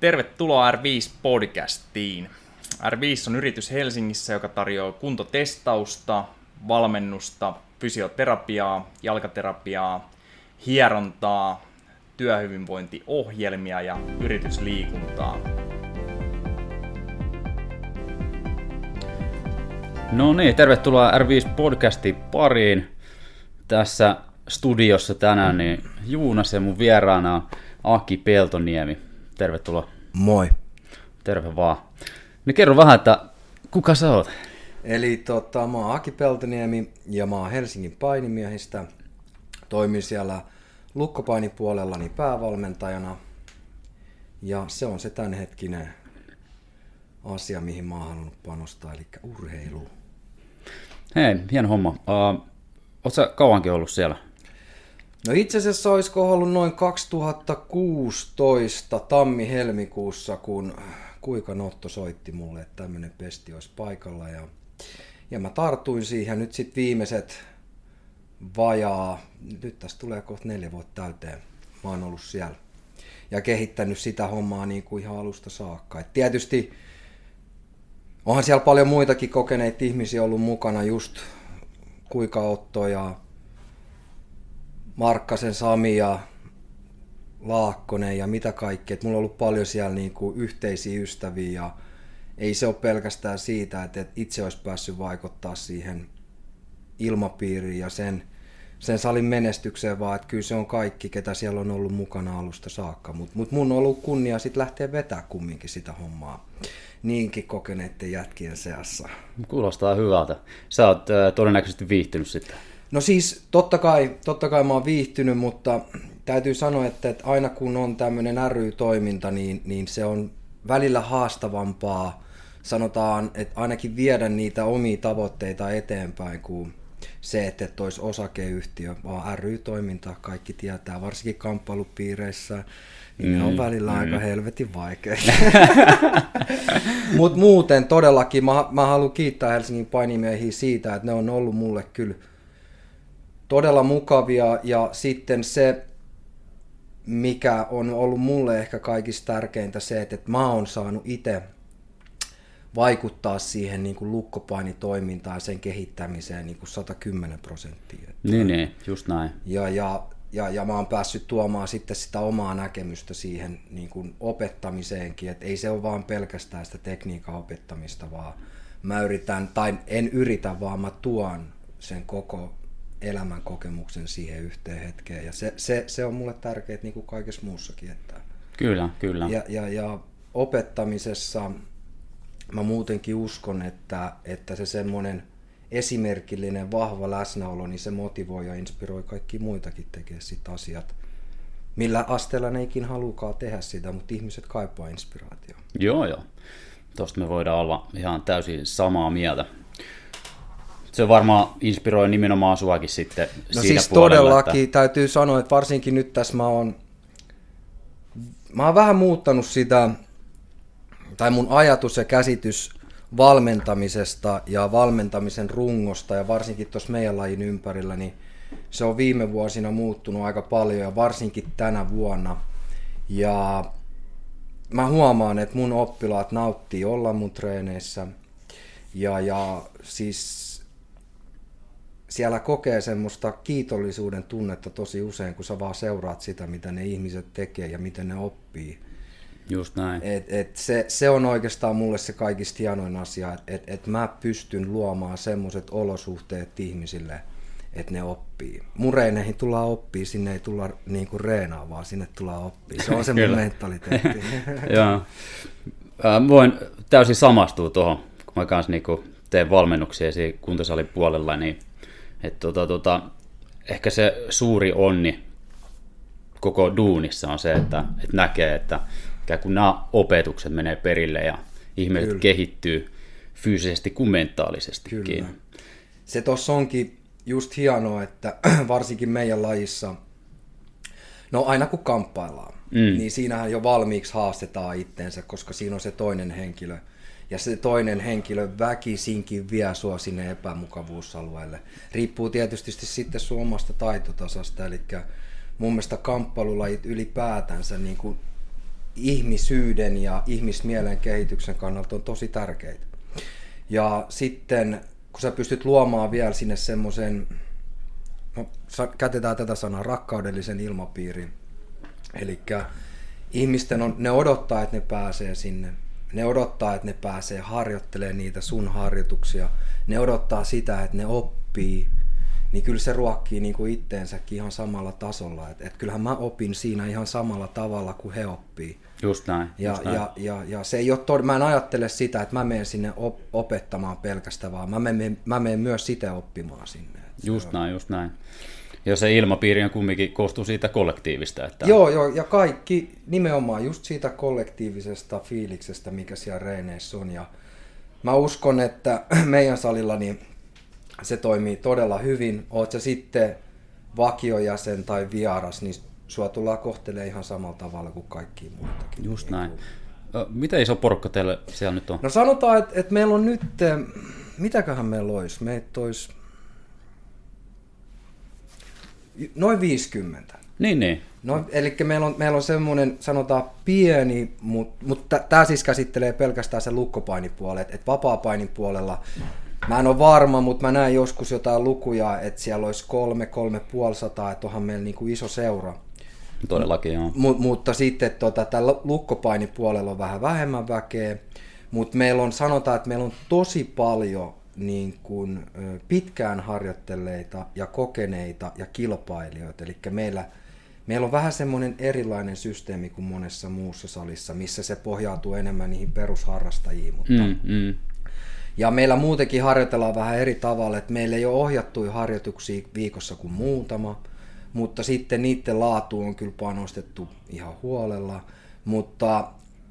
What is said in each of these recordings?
Tervetuloa R5-podcastiin. R5 on yritys Helsingissä, joka tarjoaa kuntotestausta, valmennusta, fysioterapiaa, jalkaterapiaa, hierontaa, työhyvinvointiohjelmia ja yritysliikuntaa. No niin, tervetuloa R5-podcastin pariin. Tässä studiossa tänään niin Juunas ja mun vieraana on Aki Peltoniemi. Tervetuloa. Moi. Terve vaan. No kerro vähän, että kuka sä oot? Eli mä oon Aki Peltoniemi ja mä oon Helsingin painimiehistä. Toimin siellä lukkopainipuolellani päävalmentajana. Ja se on se tämänhetkinen asia, mihin mä oon halunnut panostaa, eli urheilu. Hei, hieno homma. Oot sä kauankin ollut siellä? No itse asiassa olisiko ollut noin 2016 tammi-helmikuussa, kun Kuikan Otto soitti mulle, että tämmönen pesti olisi paikalla. Ja mä tartuin siihen nyt sitten viimeiset nyt tästä tulee kohta 4 vuotta täyteen. Mä oon ollut siellä ja kehittänyt sitä hommaa niin kuin ihan alusta saakka. Et tietysti onhan siellä paljon muitakin kokeneita ihmisiä ollut mukana, just Kuika Otto ja Markkasen Sami ja Laakkonen ja mitä kaikkea. Mulla on ollut paljon siellä niinku yhteisiä ystäviä ja ei se ole pelkästään siitä, että itse olisi päässyt vaikuttaa siihen ilmapiiriin ja sen salin menestykseen, vaan että kyllä se on kaikki, ketä siellä on ollut mukana alusta saakka. Mut mun on ollut kunnia sitten lähteä vetää kumminkin sitä hommaa niinkin kokeneiden jätkien seassa. Kuulostaa hyvältä. Sä oot todennäköisesti viihtynyt sitten. No siis totta kai mä oon viihtynyt, mutta täytyy sanoa, että aina kun on tämmöinen ry-toiminta, niin se on välillä haastavampaa, sanotaan, että ainakin viedä niitä omia tavoitteita eteenpäin kuin se, että olisi osakeyhtiö, vaan ry-toiminta, kaikki tietää, varsinkin kamppailupiireissä, niin ne on välillä aika helvetin vaikeita. Mutta muuten todellakin mä haluan kiittää Helsingin painimiehiä siitä, että ne on ollut mulle kyllä todella mukavia, ja sitten se, mikä on ollut mulle ehkä kaikista tärkeintä, se, että mä oon saanut itse vaikuttaa siihen niin kuin lukkopainitoimintaan ja sen kehittämiseen niin kuin 110%. Niin, just näin. Ja mä oon päässyt tuomaan sitten sitä omaa näkemystä siihen niin kuin opettamiseenkin, että ei se ole vaan pelkästään sitä tekniikan opettamista, vaan mä en yritä, vaan mä tuon sen koko elämän kokemuksen siihen yhteen hetkeen. Ja se on mulle tärkeää niin kuin kaikessa muussakin. Että Kyllä. Ja opettamisessa mä muutenkin uskon, että se semmoinen esimerkillinen, vahva läsnäolo, niin se motivoi ja inspiroi kaikki muitakin tekemään sit asiat. Millä asteella ne ikin haluukaan tehdä sitä, mutta ihmiset kaipaa inspiraatiota. Joo. Tuosta me voidaan olla ihan täysin samaa mieltä. Se varmaan inspiroi nimenomaan suakin sitten no siinä siis puolella. Todellakin täytyy sanoa, että varsinkin nyt tässä mä oon vähän muuttanut sitä, tai mun ajatus ja käsitys valmentamisesta ja valmentamisen rungosta ja varsinkin tuossa meidän lajin ympärillä, niin se on viime vuosina muuttunut aika paljon ja varsinkin tänä vuonna. Ja mä huomaan, että mun oppilaat nauttii olla mun treeneissä ja siis siellä kokee semmoista kiitollisuuden tunnetta tosi usein, kun sä vaan seuraat sitä, mitä ne ihmiset tekee ja miten ne oppii. Just näin. Se on oikeastaan mulle se kaikista hienoin asia, että mä pystyn luomaan semmoiset olosuhteet ihmisille, että ne oppii. Mun reeneihin tullaan oppii, sinne ei tulla niinku reenaa, vaan sinne tullaan oppii. Se on se mun mentaliteetti. Joo. Voin täysin samastua tuohon, kun mä kanssa niinku teen valmennuksia siinä kuntosalin puolella, niin ehkä se suuri onni koko duunissa on se, että näkee, että kun nämä opetukset menee perille ja ihmiset Kyllä. kehittyy fyysisesti kuin mentaalisestikin. Kyllä. Se tuossa onkin just hienoa, että varsinkin meidän lajissa, no aina kun kamppaillaan, niin siinähän jo valmiiksi haastetaan itteensä, koska siinä on se toinen henkilö. Ja se toinen henkilö väkisinkin vie sua sinne epämukavuusalueelle. Riippuu tietysti sitten sun omasta taitotasasta, eli mun mielestä kamppailulajit ylipäätänsä niin kuin ihmisyyden ja ihmismielen kehityksen kannalta on tosi tärkeitä. Ja sitten kun sä pystyt luomaan vielä sinne semmoisen, käytetään tätä sanaa, rakkaudellisen ilmapiirin. Eli ihmisten ne odottaa, että ne pääsee sinne. Ne odottaa, että ne pääsee harjoittelemaan niitä sun harjoituksia. Ne odottaa sitä, että ne oppii. Niin kyllä se ruokkii niin kuin itteensäkin ihan samalla tasolla. Et kyllähän mä opin siinä ihan samalla tavalla kuin he oppii. Just näin. Ja se ei ole mä en ajattele sitä, että mä menen sinne opettamaan pelkästään, vaan mä menen myös sitä oppimaan sinne. Just näin. Ja se ilmapiiri on kumminkin koostuu siitä kollektiivista. Että... Joo, ja kaikki nimenomaan just siitä kollektiivisesta fiiliksestä, mikä siellä reeneissä on. Ja mä uskon, että meidän salilla niin se toimii todella hyvin. Oot sä sitten vakiojäsen tai vieras, niin sua tullaan kohtelemaan ihan samalla tavalla kuin kaikkia muitakin. Just näin. Miten iso porukka teille siellä nyt on? No sanotaan, että meillä on nyt, mitäköhän meillä olisi? Meitä olisi noin 50. Niin. No, eli meillä on semmoinen, sanotaan pieni, mutta tämä siis käsittelee pelkästään sen lukkopainipuolen, että vapaapainin puolella mä en ole varma, mutta mä näen joskus jotain lukuja, että siellä olisi 300, että onhan meillä niinku iso seura. Todellakin, joo. Mutta sitten tällä lukkopainipuolella on vähän vähemmän väkeä, mutta sanotaan, että meillä on tosi paljon niin kuin pitkään harjoitteleita ja kokeneita ja kilpailijoita. Eli meillä on vähän semmoinen erilainen systeemi kuin monessa muussa salissa, missä se pohjautuu enemmän niihin perusharrastajiin. Mutta ja meillä muutenkin harjoitellaan vähän eri tavalla, että meillä ei ole ohjattuja harjoituksia viikossa kuin muutama, mutta sitten niiden laatu on kyllä panostettu ihan huolella. Mutta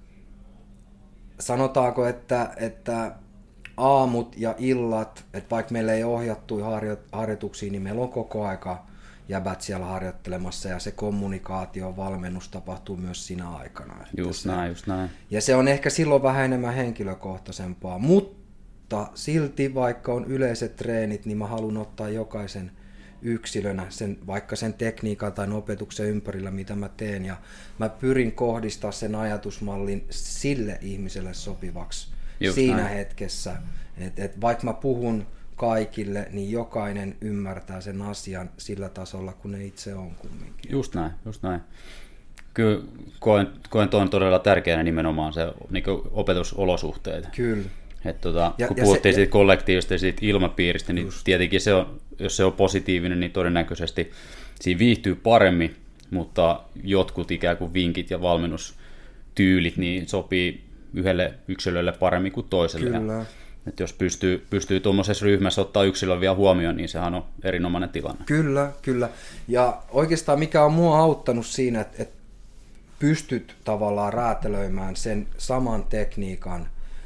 sanotaanko, että aamut ja illat, että vaikka meillä ei ohjattuja harjoituksia, niin meillä on koko aika jäbät siellä harjoittelemassa ja se kommunikaatio, valmennus tapahtuu myös siinä aikana. Just näin. Ja se on ehkä silloin vähän enemmän henkilökohtaisempaa, mutta silti vaikka on yleiset treenit, niin mä haluan ottaa jokaisen yksilönä, vaikka sen tekniikan tai opetuksen ympärillä, mitä mä teen, ja mä pyrin kohdistaa sen ajatusmallin sille ihmiselle sopivaksi siinä hetkessä, että vaikka mä puhun kaikille, niin jokainen ymmärtää sen asian sillä tasolla, kun ne itse on kumminkin. Just näin. Kyllä koen tuon todella tärkeänä nimenomaan se niin opetusolosuhteet. Kyllä. Kun puhuttiin siitä kollektiivista ja siitä ilmapiiristä, niin tietenkin se on, jos se on positiivinen, niin todennäköisesti siinä viihtyy paremmin, mutta jotkut ikään kuin vinkit ja valmennustyylit niin sopii yhdelle yksilölle paremmin kuin toiselle. Kyllä. Että jos pystyy tuommoisessa ryhmässä ottaa yksilön vielä huomioon, niin sehän on erinomainen tilanne. Kyllä. Ja oikeastaan mikä on mua auttanut siinä, että pystyt tavallaan räätälöimään sen saman tekniikan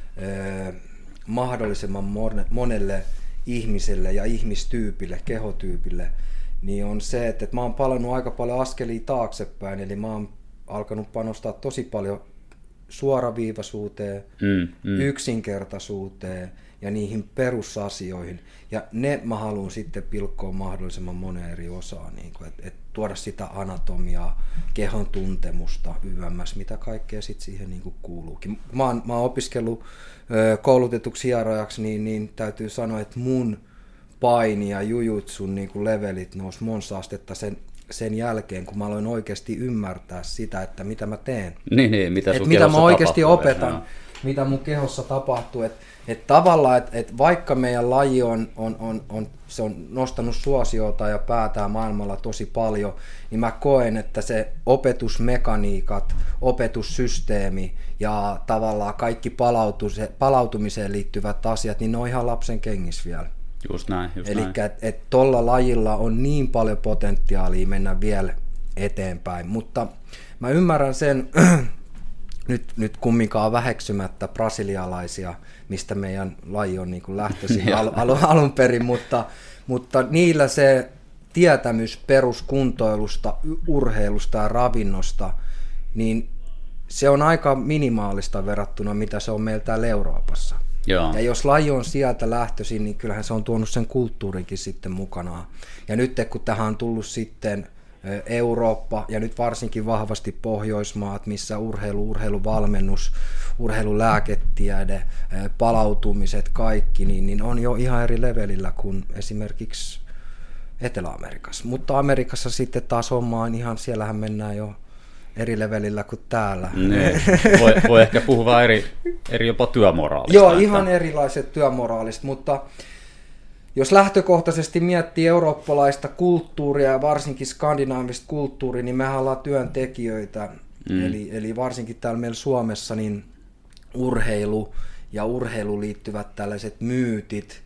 mahdollisimman monelle ihmiselle ja ihmistyypille, kehotyypille, niin on se, että mä oon palannut aika paljon askelia taaksepäin, eli mä oon alkanut panostaa tosi paljon suoraviivaisuuteen, yksinkertaisuuteen ja niihin perusasioihin. Ja ne mä haluan sitten pilkkoa mahdollisimman moneen eri osaan, niin että tuoda sitä anatomiaa, kehon tuntemusta yömmäs, mitä kaikkea sitten siihen niin kuin kuuluukin. Mä oon opiskellut koulutetuksi hierojaksi, niin täytyy sanoa, että mun paini ja jujutsun niin kuin levelit nousi monta astetta sen jälkeen, kun mä aloin oikeasti ymmärtää sitä, että mitä mä teen. Niin, mitä mä oikeasti opetan, mitä mun kehossa tapahtuu. Että tavallaan, että vaikka meidän laji se on nostanut suosiota ja päätään maailmalla tosi paljon, niin mä koen, että se opetusmekaniikat, opetussysteemi ja tavallaan kaikki palautumiseen liittyvät asiat, niin ne on ihan lapsen kengissä vielä. Just näin. Eli että tuolla lajilla on niin paljon potentiaalia mennä vielä eteenpäin, mutta mä ymmärrän sen nyt kumminkaan väheksymättä brasilialaisia, mistä meidän laji on niin kuin lähtöisin alun perin, mutta niillä se tietämys peruskuntoilusta, urheilusta ja ravinnosta, niin se on aika minimaalista verrattuna mitä se on meillä täällä Euroopassa. Joo. Ja jos laji on sieltä lähtöisin, niin kyllähän se on tuonut sen kulttuurinkin sitten mukanaan. Ja nyt kun tähän on tullut sitten Eurooppa ja nyt varsinkin vahvasti Pohjoismaat, missä urheiluvalmennus, urheilulääketiede, palautumiset, kaikki, niin on jo ihan eri levelillä kuin esimerkiksi Etelä-Amerikassa. Mutta Amerikassa sitten taas homma on ihan, siellähän mennään jo eri levelillä kuin täällä. Voi ehkä puhua eri jopa työmoraalista. Joo, ihan erilaiset työmoraaliset, mutta jos lähtökohtaisesti miettii eurooppalaista kulttuuria ja varsinkin skandinaavista kulttuuria, niin mehän ollaan työntekijöitä. Eli varsinkin täällä meillä Suomessa niin urheilu ja urheiluun liittyvät tällaiset myytit,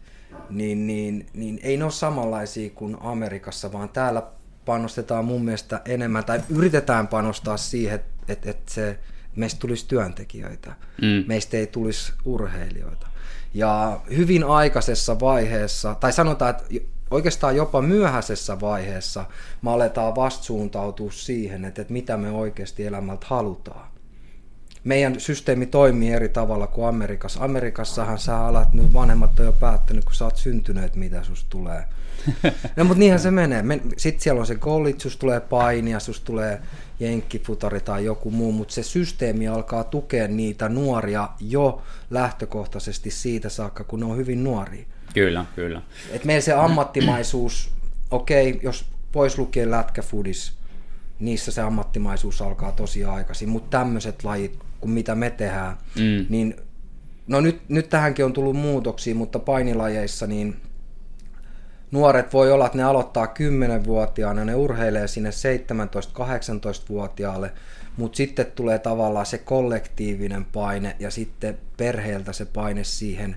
niin ei ne ole samanlaisia kuin Amerikassa, vaan täällä panostetaan mun mielestä enemmän, tai yritetään panostaa siihen, että meistä tulisi työntekijöitä, meistä ei tulisi urheilijoita. Ja hyvin aikaisessa vaiheessa, tai sanotaan, että oikeastaan jopa myöhäisessä vaiheessa me aletaan vastuuntautua siihen, että mitä me oikeasti elämältä halutaan. Meidän systeemi toimii eri tavalla kuin Amerikassa. Amerikassahan sä alat, nyt vanhemmat on jo päättänyt, kun sä oot syntynyt, että mitä susta tulee. No, mutta niinhän se menee. Sitten siellä on se gollit, susta tulee painia, susta tulee jenkkifutari tai joku muu, mutta se systeemi alkaa tukea niitä nuoria jo lähtökohtaisesti siitä saakka, kun ne on hyvin nuoria. Kyllä. Et meillä se ammattimaisuus, jos pois lukee lätkäfudis, niissä se ammattimaisuus alkaa tosi aikaisin, mutta tämmöiset lajit, kuin mitä me tehdään, niin no nyt tähänkin on tullut muutoksia, mutta painilajeissa niin nuoret voi olla, että ne aloittaa 10-vuotiaana, ne urheilee sinne 17-18-vuotiaalle, mutta sitten tulee tavallaan se kollektiivinen paine ja sitten perheeltä se paine siihen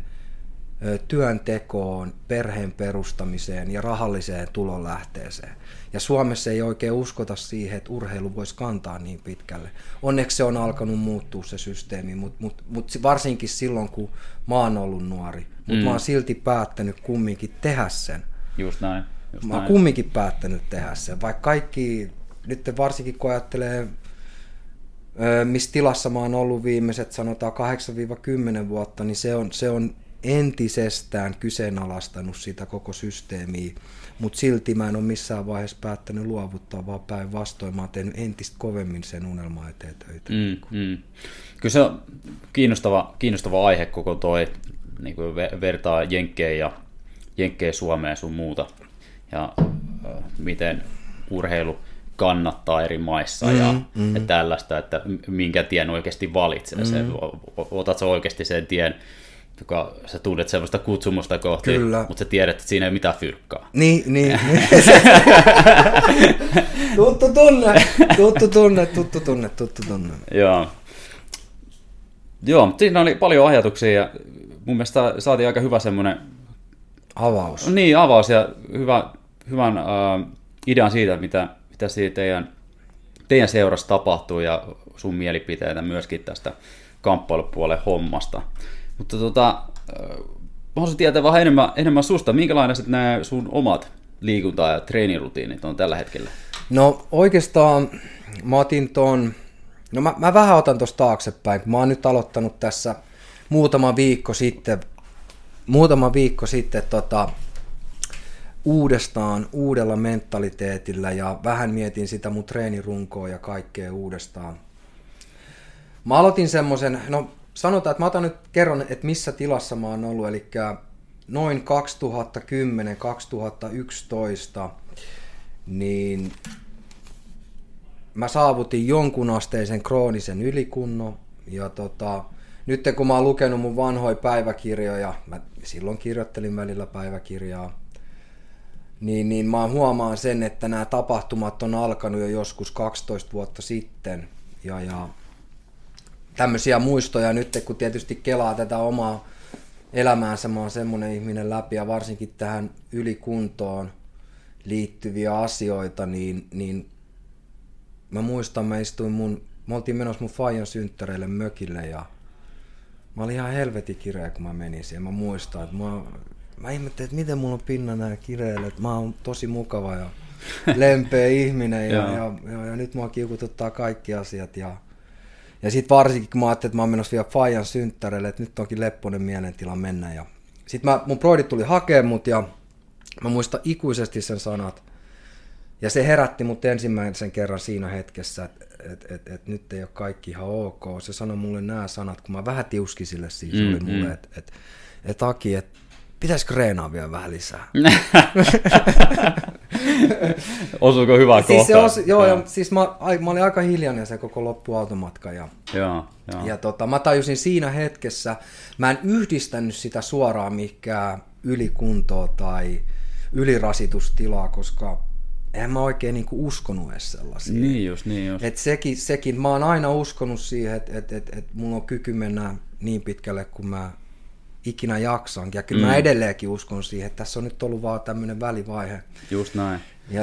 työntekoon, perheen perustamiseen ja rahalliseen tulonlähteeseen. Ja Suomessa ei oikein uskota siihen, että urheilu voisi kantaa niin pitkälle. Onneksi se on alkanut muuttua se systeemi, mutta varsinkin silloin, kun mä oon ollut nuori. Mutta mä oon silti päättänyt kumminkin tehdä sen. Just näin. Mä oon kumminkin päättänyt tehdä sen. Vaikka kaikki, nyt varsinkin kun ajattelee, missä tilassa mä oon ollut viimeiset sanotaan 8-10 vuotta, niin se on entisestään kyseenalaistanut sitä koko systeemiä, mutta silti mä en ole missään vaiheessa päättänyt luovuttaa, vaan päinvastoin mä oon tehnyt entistä kovemmin sen unelman eteen töitä. Kyllä se on kiinnostava aihe koko toi, niin kuin vertaa Jenkkejä Suomeen sun muuta, ja miten urheilu kannattaa eri maissa ja tällaista, että minkä tien oikeasti valitsee. Otat sä oikeasti sen tien, joka sä tunnet semmoista kutsumusta kohti, mutta sä tiedät, että siinä ei mitään fyrkkaa. Niin. tuttu tunne. Joo, siinä oli paljon ajatuksia ja mun mielestä saatiin aika hyvä semmoinen avaus. Niin, avaus ja hyvän idean siitä, mitä siitä teidän seurassa tapahtuu ja sun mielipiteitä myöskin tästä kamppailupuolen hommasta. Mutta mä haluaisin tietää vähän enemmän susta. Minkälainen nämä sun omat liikunta- ja treenirutiinit on tällä hetkellä? No oikeastaan mä otin mä vähän otan tuosta taaksepäin, kun mä oon nyt aloittanut tässä muutama viikko sitten uudestaan uudella mentaliteetillä ja vähän mietin sitä mun treenirunkoa ja kaikkea uudestaan. Mä aloitin semmoisen, sanotaan, että kerron, että missä tilassa mä oon ollut, eli noin 2010-2011, niin mä saavutin jonkun asteisen kroonisen ylikunnon, ja nyt kun mä oon lukenut mun vanhoja päiväkirjoja, mä silloin kirjoittelin välillä päiväkirjaa, niin mä huomaan sen, että nämä tapahtumat on alkanut jo joskus 12 vuotta sitten, ja tämmöisiä muistoja nyt, kun tietysti kelaa tätä omaa elämäänsä, mä oon semmoinen ihminen läpi, ja varsinkin tähän ylikuntoon liittyviä asioita, niin mä muistan, me oltiin menossa mun faijan synttäreille mökille, ja mä olin ihan helvetin kireä, kun mä menin siihen. Mä muistan, että mä ihmettelin, että miten mulla on pinna nää kireille, että mä oon tosi mukava ja lempeä ihminen, ja nyt mua kiukututtaa kaikki asiat, ja sitten varsinkin, kun mä ajattelin, että mä oon menossa vielä faijan synttäreille, että nyt onkin leppoinen mielentila mennä. Ja sitten mun broidit tuli hakemaan mut, ja mä muistan ikuisesti sen sanat. Ja se herätti mut ensimmäisen kerran siinä hetkessä, että nyt ei ole kaikki ihan ok. Se sanoi mulle nämä sanat, kun mä vähän tiuskin sille siinä, se oli mulle, että Aki, että pitäisikö reenaa vielä vähän lisää? Osuuko hyvä kohta? Siis mä olin aika hiljainen se koko loppuautomatka. Ja mä tajusin siinä hetkessä, mä en yhdistänyt sitä suoraan mihinkään ylikuntoa tai ylirasitustilaa, koska en mä oikein niinku uskonut edes sellaisia. Niin just. Et sekin, mä oon aina uskonut siihen, että mulla on kyky mennä niin pitkälle, kun mä ikinä jaksankin. Ja kyllä mä edelleenkin uskon siihen, että tässä on nyt ollut vaan tämmöinen välivaihe. Just näin.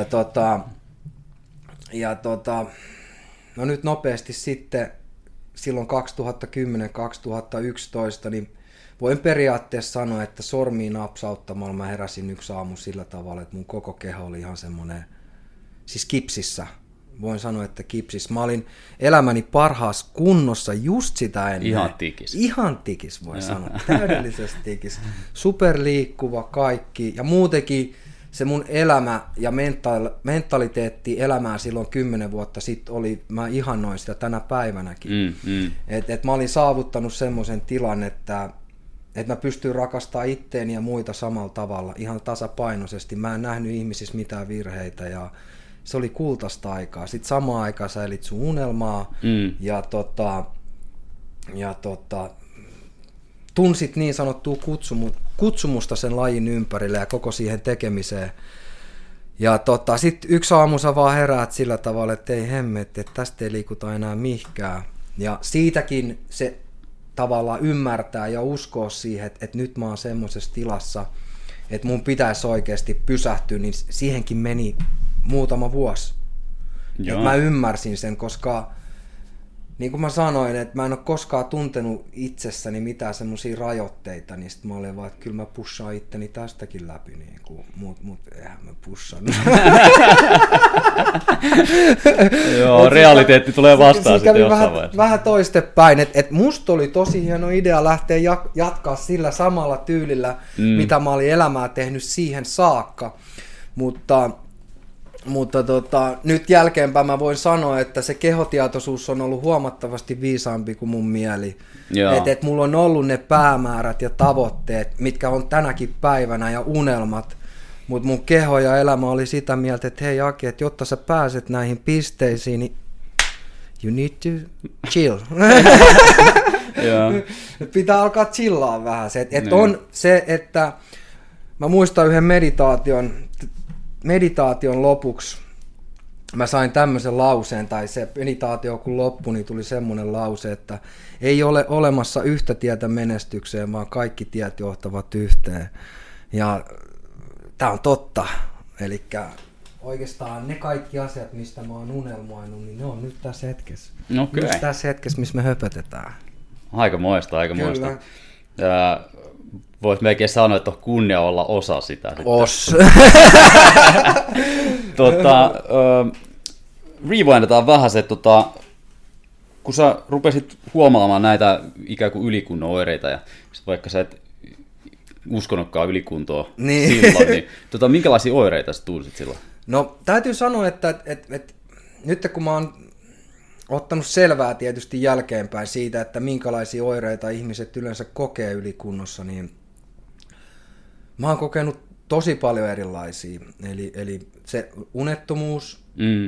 No nyt nopeasti sitten, silloin 2010-2011, niin voin periaatteessa sanoa, että sormiin napsauttamalla mä heräsin yksi aamu sillä tavalla, että mun koko keho oli ihan semmoinen, siis kipsissä. Voin sanoa, että kipsissä. Mä olin elämäni parhaassa kunnossa just sitä ennen. Ihan tikis voi sanoa. Täydellisesti tikis. Superliikkuva kaikki. Ja muutenkin se mun elämä ja mentaliteetti elämää silloin 10 vuotta sitten oli, mä ihannoin sitä tänä päivänäkin. Et mä olin saavuttanut semmoisen tilan, että mä pystyn rakastamaan itteeni ja muita samalla tavalla, ihan tasapainoisesti. Mä en nähnyt ihmisissä mitään virheitä ja se oli kultaista aikaa. Sitten samaan aikaan sä elit sun unelmaa ja tunsit niin sanottua kutsumusta sen lajin ympärille ja koko siihen tekemiseen. Ja sitten yksi aamu sä vaan heräät sillä tavalla, että ei hemmetti, että tästä ei liikuta enää mihinkään. Ja siitäkin se tavallaan ymmärtää ja uskoo siihen, että nyt mä oon semmoisessa tilassa, että mun pitäisi oikeasti pysähtyä, niin siihenkin meni muutama vuosi. Että mä ymmärsin sen, koska niin kuin mä sanoin, että mä en ole koskaan tuntenut itsessäni mitään semmoisia rajoitteita, niin sitten mä olin vaan, että kyllä mä pushaan itteni tästäkin läpi, niin kuin, mut eihän mä pushaan. Joo, realiteetti tulee vastaan sitten jossain vaiheessa. Vähän toistepäin, että musta oli tosi hieno idea lähteä jatkaa sillä samalla tyylillä, mitä mä olin elämää tehnyt siihen saakka, mutta nyt jälkeenpäin mä voin sanoa, että se kehotietoisuus on ollut huomattavasti viisaampi kuin mun mieli. Että mulla on ollut ne päämäärät ja tavoitteet, mitkä on tänäkin päivänä ja unelmat. Mutta mun keho ja elämä oli sitä mieltä, että hei Aki, että jotta sä pääset näihin pisteisiin, niin you need to chill. Pitää alkaa chillaa vähän. On se, että mä muistan yhden meditaation lopuksi mä sain tämmöisen lauseen, tai se meditaatio kun loppui, niin tuli semmoinen lause, että ei ole olemassa yhtä tietä menestykseen, vaan kaikki tiet johtavat yhteen. Ja tää on totta. Elikkä oikeastaan ne kaikki asiat, mistä mä oon unelmoinut, niin ne on nyt tässä hetkessä. Okay. Just tässä hetkessä, missä me höpötetään. Aikamoista. Voisi melkein sanoa, että on kunnia olla osa sitä. Rewindataan vähän se, kun sä rupesit huomaamaan näitä ikään kuin ylikunnon oireita, ja vaikka sä et uskonutkaan ylikuntoa silloin, niin minkälaisia oireita sä tunsit silloin? No täytyy sanoa, että nyt kun mä oon ottanut selvää tietysti jälkeenpäin siitä, että minkälaisia oireita ihmiset yleensä kokee ylikunnossa, niin mä oon kokenut tosi paljon erilaisia. Eli se unettomuus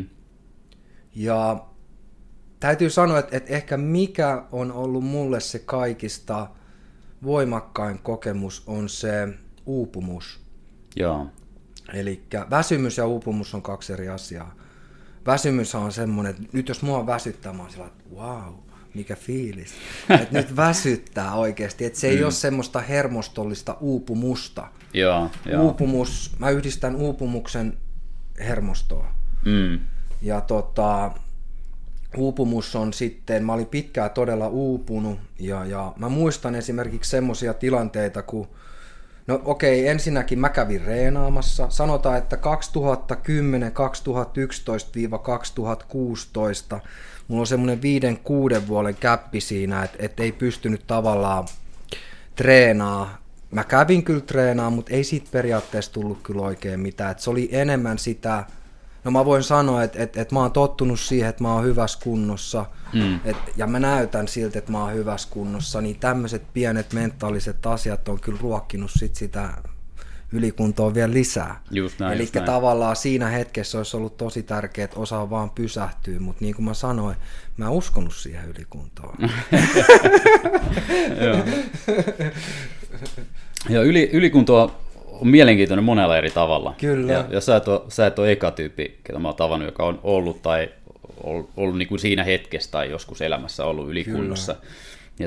ja täytyy sanoa, että ehkä mikä on ollut mulle se kaikista voimakkain kokemus on se uupumus. Joo. Eli väsymys ja uupumus on kaksi eri asiaa. Väsymys on semmoinen, että nyt jos mua väsyttää, mä oon sillä, että wow, mikä fiilis. Että nyt väsyttää oikeasti, että se ei ole semmoista hermostollista uupumusta. Joo. Uupumus, mä yhdistän uupumuksen hermostoon. Ja uupumus on sitten, mä olin pitkään todella uupunut ja mä muistan esimerkiksi semmoisia tilanteita, kun no okei, ensinnäkin mä kävin reenaamassa. Sanotaan, että 2010, 2011-2016 mulla on semmoinen 5-6 vuoden käppi siinä, että ei pystynyt tavallaan treenaa. Mä kävin kyllä treenaa, mutta ei siitä periaatteessa tullut kyllä oikein mitään. Et se oli enemmän sitä No mä voin sanoa, että mä oon tottunut siihen, että mä oon hyvässä kunnossa, ja mä näytän siltä, että mä oon hyvässä kunnossa, niin tämmöiset pienet mentaaliset asiat on kyllä ruokkinut sitä ylikuntoa vielä lisää. Eli tavallaan siinä hetkessä olisi ollut tosi tärkeää, että osaa vaan pysähtyä, mutta niin kuin mä sanoin, mä en uskonut siihen ylikuntoon. Ja ylikuntoa on mielenkiintoinen monella eri tavalla. Kyllä. Ja sä et ole eka tyyppi, ketä mä oon tavannut, joka on ollut tai ollut niin kuin siinä hetkessä tai joskus elämässä ollut ylikunnossa. Ja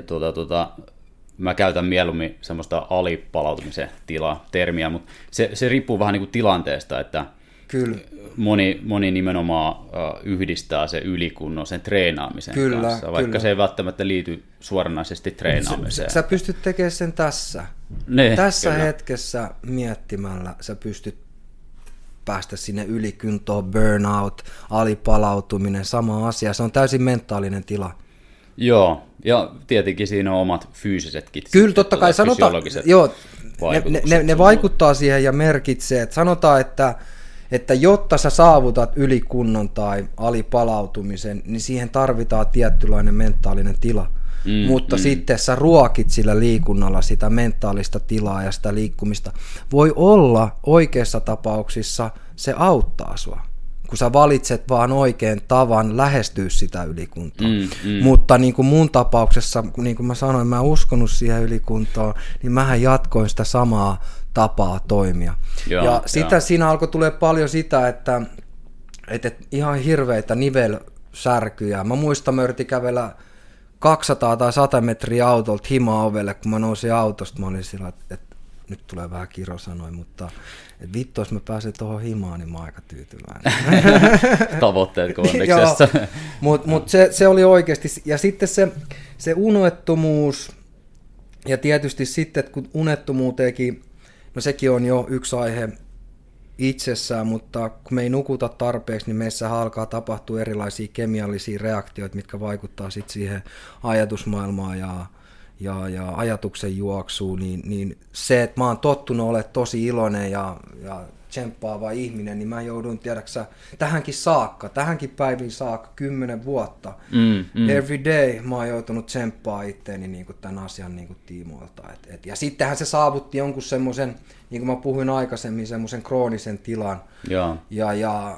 mä käytän mieluummin semmoista alipalautumisen termiä, mutta se riippuu vähän niin kuin tilanteesta, että kyllä. Moni nimenomaan yhdistää se ylikunnon sen treenaamisen kanssa, vaikka se ei välttämättä liity suoranaisesti treenaamiseen. Sä pystyt tekemään sen tässä. Tässä hetkessä miettimällä sä pystyt päästä sinne ylikuntoon, burnout, alipalautuminen, sama asia. Se on täysin mentaalinen tila. Joo, ja tietenkin siinä on omat fyysisetkin. Kyllä, totta kai sanotaan, joo, ne vaikuttaa siihen ja merkitsee, että sanotaan, että jotta sä saavutat ylikunnon tai alipalautumisen, niin siihen tarvitaan tietynlainen mentaalinen tila. Mutta sitten sä ruokit sillä liikunnalla sitä mentaalista tilaa ja sitä liikkumista. Voi olla oikeassa tapauksissa se auttaa sua, kun sä valitset vaan oikein tavan lähestyä sitä ylikuntoa. Mutta niin kuin mun tapauksessa, niin kuin mä sanoin, mä en uskonut siihen ylikuntoon, niin mähän jatkoin sitä samaa tapaa toimia. Sitten siinä alkoi tulee paljon sitä, että ihan hirveitä nivelsärkyjä. Mä muistan, mä yritin kävellä 200 tai 100 metriä autolta himaovelle, kun mä nousin autosta, mä olin sillä, että nyt tulee vähän kirosanoja, mutta vittu, jos mä pääsen tuohon himaan, niin mä oon aika tyytyväinen. Tavoitteet kondeksessa. Mutta se oli oikeasti, ja sitten se unettomuus, ja tietysti sitten, että kun unettomuuteenkin, no sekin on jo yksi aihe itsessään, mutta kun me ei nukuta tarpeeksi, niin meissä alkaa tapahtua erilaisia kemiallisia reaktioita, mitkä vaikuttaa sitten siihen ajatusmaailmaan ja ajatuksen juoksuun, niin se, että mä oon tottunut olemaan tosi iloinen ja tsemppaava ihminen, niin mä joudun, tiedäksä, tähänkin päivin saakka 10 vuotta. Every day mä oon joutunut tsemppaa itteeni niin kuin tämän asian niin kuin tiimoilta. Ja sittenhän se saavutti jonkun semmoisen, niin kuin mä puhuin aikaisemmin, semmoisen kroonisen tilan. Ja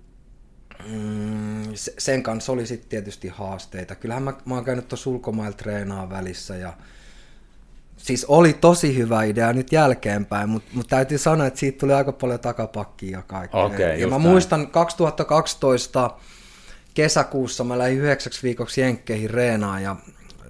sen kanssa oli sitten tietysti haasteita. Kyllähän mä oon käynyt tuossa ulkomailla treenaa välissä ja siis oli tosi hyvä idea nyt jälkeenpäin, mutta täytyy sanoa, että siitä tuli aika paljon takapakkia ja kaikkea. Ja mä muistan 2012 kesäkuussa mä lähdin 9 viikoksi Jenkkeihin reenaan ja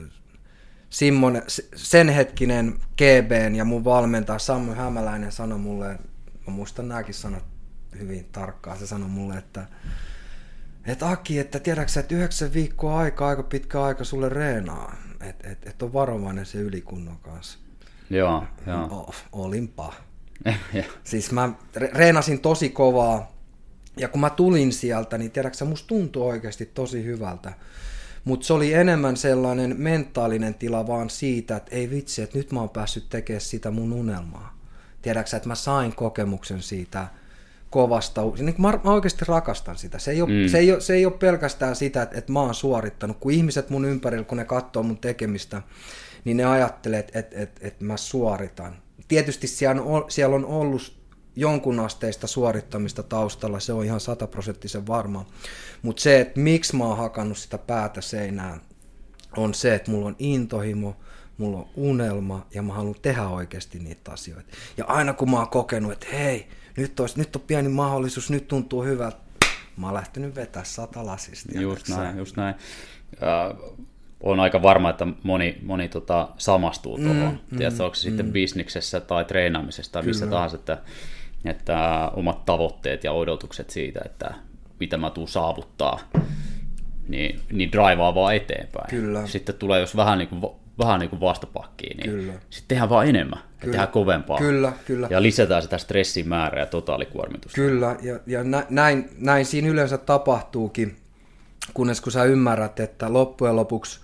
sen hetkinen GB:n ja mun valmentaja Sammy Hämäläinen sanoi mulle, mä muistan nämäkin sanat hyvin tarkkaan, se sanoi mulle, että Aki, että tiedätkö että 9 viikkoa aika pitkä aika sulle reenaa, että on varovainen se ylikunnon kanssa. Joo. Olinpa. Siis mä reenasin tosi kovaa, ja kun mä tulin sieltä, niin tiedätkö musta tuntui oikeasti tosi hyvältä. Mutta se oli enemmän sellainen mentaalinen tila vaan siitä, että ei vitsi, että nyt mä oon päässyt tekemään sitä mun unelmaa. Tiedätkö että mä sain kokemuksen siitä kovasta, niin mä oikeasti rakastan sitä. Se ei ole pelkästään sitä, että mä oon suorittanut, kun ihmiset mun ympärillä, kun ne katsoo mun tekemistä, niin ne ajattelee, että mä suoritan. Tietysti siellä on ollut jonkun asteista suorittamista taustalla, se on ihan 100% varma, mutta se, että miksi mä oon hakannut sitä päätä seinään, on se, että mulla on intohimo, mulla on unelma ja mä haluan tehdä oikeasti niitä asioita. Ja aina kun mä oon kokenut, että hei, nyt on pieni mahdollisuus, nyt tuntuu hyvältä, mä oon lähtenyt vetää 100 lasista. Just näin. On aika varma, että moni samastuu tuohon. Tiedätkö, onko se sitten bisniksessä tai treenaamisessa tai missä tahansa, että omat tavoitteet ja odotukset siitä, että mitä mä tuun saavuttaa, niin draivaa vaan eteenpäin. Kyllä. Sitten tulee, jos vähän niin kuin vastapakkiin, niin sitten tehdään vaan enemmän, ja tehdään kovempaa. Kyllä. Ja lisätään sitä stressin määrää ja totaalikuormitusta. Kyllä, ja näin siinä yleensä tapahtuukin, kun sä ymmärrät, että loppujen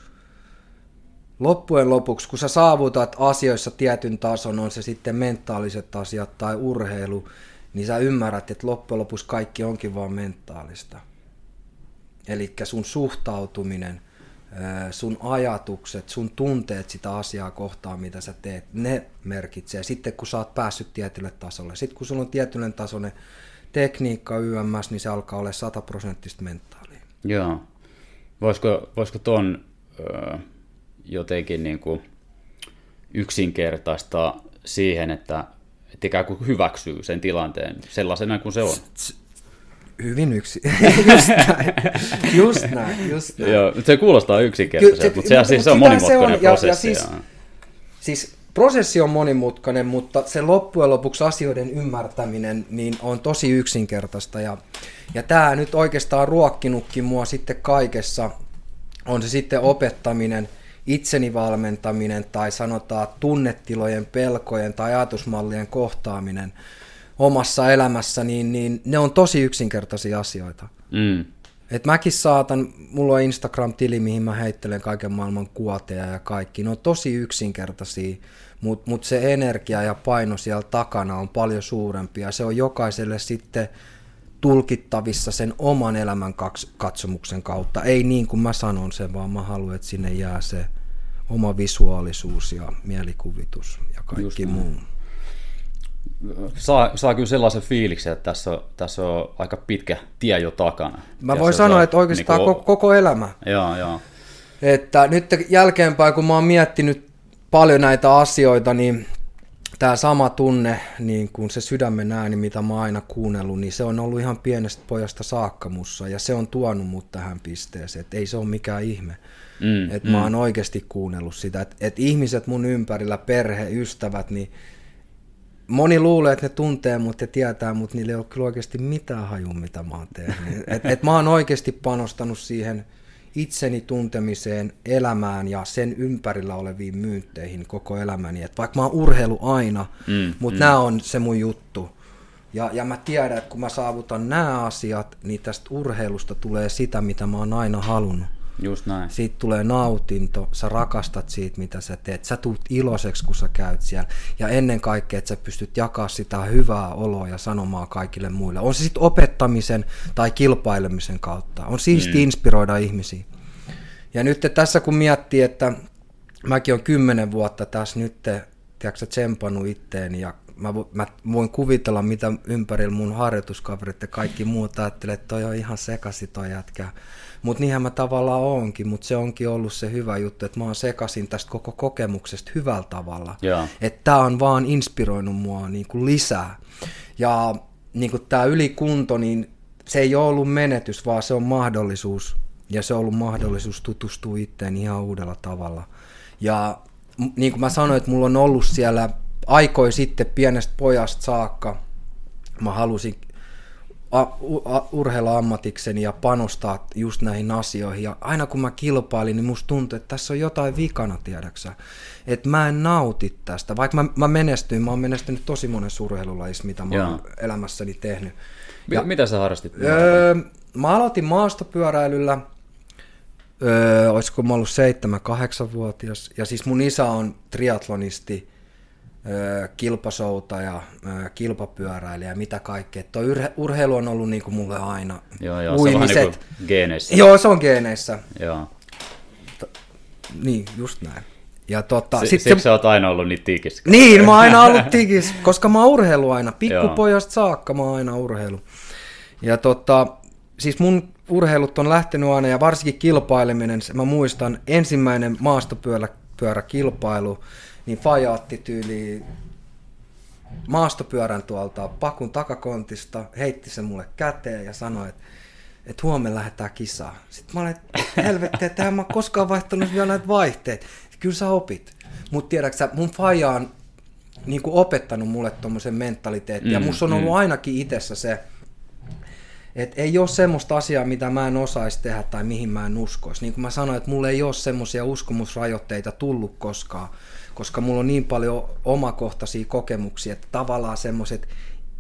lopuksi, kun sä saavutat asioissa tietyn tason, on se sitten mentaaliset asiat tai urheilu, niin sä ymmärrät, että loppujen lopuksi kaikki onkin vaan mentaalista. Eli sun suhtautuminen, sun ajatukset, sun tunteet sitä asiaa kohtaan, mitä sä teet, ne merkitsee. Sitten kun sä oot päässyt tietylle tasolle, sitten kun sulla on tietylle tasolle tekniikka YMS, niin se alkaa olla 100% mentaalia. Joo. Voisiko ton jotenkin niin kuin yksinkertaistaa siihen, että ikään kuin hyväksyy sen tilanteen sellaisena kuin se on? Hyvin just näin. Joo, se kuulostaa yksinkertaiselta, mutta se on monimutkainen prosessi. Siis prosessi on monimutkainen, mutta se loppujen lopuksi asioiden ymmärtäminen niin on tosi yksinkertaista. Ja tämä nyt oikeastaan ruokkinutkin mua sitten kaikessa, on se sitten opettaminen, itseni valmentaminen tai sanotaan tunnetilojen, pelkojen tai ajatusmallien kohtaaminen omassa elämässä, niin ne on tosi yksinkertaisia asioita. Et mäkin mulla on Instagram-tili, mihin mä heittelen kaiken maailman kuoteja ja kaikki. Ne on tosi yksinkertaisia, mutta se energia ja paino siellä takana on paljon suurempi ja se on jokaiselle sitten tulkittavissa sen oman elämän katsomuksen kautta. Ei niin kuin mä sanon sen, vaan mä haluan, että sinne jää se oma visuaalisuus ja mielikuvitus ja kaikki muu. Saa kyllä sellaisen fiiliksen, että tässä on aika pitkä tie jo takana. Mä voin sanoa, että oikeastaan niin koko elämä. Joo. Että nyt jälkeenpäin, kun mä oon miettinyt paljon näitä asioita, niin tämä sama tunne, niin kuin se sydämen ääni, mitä mä oon aina kuunnellut, niin se on ollut ihan pienestä pojasta saakka mussa, ja se on tuonut mut tähän pisteeseen, että ei se ole mikään ihme. Että mä oon oikeasti kuunnellut sitä, että ihmiset mun ympärillä, perhe, ystävät, niin moni luulee, että ne tuntee mut ja tietää, mutta niillä ei ole kyllä oikeasti mitään hajua, mitä mä oon tehnyt. Et mä oon oikeasti panostanut siihen itseni tuntemiseen, elämään ja sen ympärillä oleviin myynteihin koko elämäni. Et vaikka mä oon urheilu aina, mutta nämä on se mun juttu. Ja mä tiedän, että kun mä saavutan nämä asiat, niin tästä urheilusta tulee sitä, mitä mä oon aina halunnut. Just näin. Siitä tulee nautinto, sä rakastat siitä, mitä sä teet, sä tulet iloiseksi, kun sä käyt siellä, ja ennen kaikkea, että sä pystyt jakamaan sitä hyvää oloa ja sanomaan kaikille muille. On se sitten opettamisen tai kilpailemisen kautta. On siisti inspiroida ihmisiä. Ja nyt tässä kun miettii, että mäkin olen 10 vuotta tässä nyt, tiedätkö, tsempannut itteeni, ja mä voin kuvitella, mitä ympärillä mun harjoituskaverit ja kaikki muut ajattelee, että toi on ihan sekaisin toi jätkä. Mutta niinhän mä tavallaan oonkin, mutta se onkin ollut se hyvä juttu, että mä oon sekaisin tästä koko kokemuksesta hyvällä tavalla. Että tää on vaan inspiroinut mua niin kuin lisää. Ja niin kuin tää ylikunto, niin se ei ole ollut menetys, vaan se on mahdollisuus. Ja se on ollut mahdollisuus tutustua itteen ihan uudella tavalla. Ja niin kuin mä sanoin, että mulla on ollut siellä aikoja sitten pienestä pojasta saakka, mä halusin urheilla ammatikseni ja panostaa just näihin asioihin. Ja aina kun mä kilpailin, niin musta tuntui, että tässä on jotain vikana, tiedäksä. Että mä en nauti tästä. Vaikka mä oon menestynyt tosi monessa urheilulajissa, mitä mä oon elämässäni tehnyt. Mitä sä harrastit? Mä aloitin maastopyöräilyllä. Olisiko mä ollut 7-8-vuotias. Ja siis mun isä on triatlonisti, kilpasoutaja, kilpapyöräilijä ja mitä kaikkea. Tuo urheilu on ollut niin kuin mulle aina. Joo, se on vähän niin kuin geeneissä. Joo, se on geeneissä. Joo. Niin, just näin. Ja siksi sä oot aina ollut niin tikissä. Niin, mä oon aina ollut tikissä, koska mä oon urheilu aina. Pikkupojasta saakka mä oon aina urheilu. Ja siis mun urheilut on lähtenyt aina, ja varsinkin kilpaileminen, mä muistan ensimmäinen maastopyöräkilpailu, niin faija otti tyyliin maastopyörän tuolta pakun takakontista, heitti sen mulle käteen ja sanoi, että huomenna lähdetään kisaan. Sitten mä olin, että helvetti, että en mä koskaan vaihtanut vielä näitä vaihteita. Kyllä sä opit. Mutta tiedätkö, mun faija on niin kuin opettanut mulle tommosen mentaliteetin, ja musta on ollut ainakin itsessä se, että ei ole semmoista asiaa, mitä mä en osaisi tehdä tai mihin mä en uskoisi. Niin kuin mä sanoin, että mulla ei ole semmoisia uskomusrajoitteita tullut koskaan, koska mulla on niin paljon omakohtaisia kokemuksia, että tavallaan semmoiset,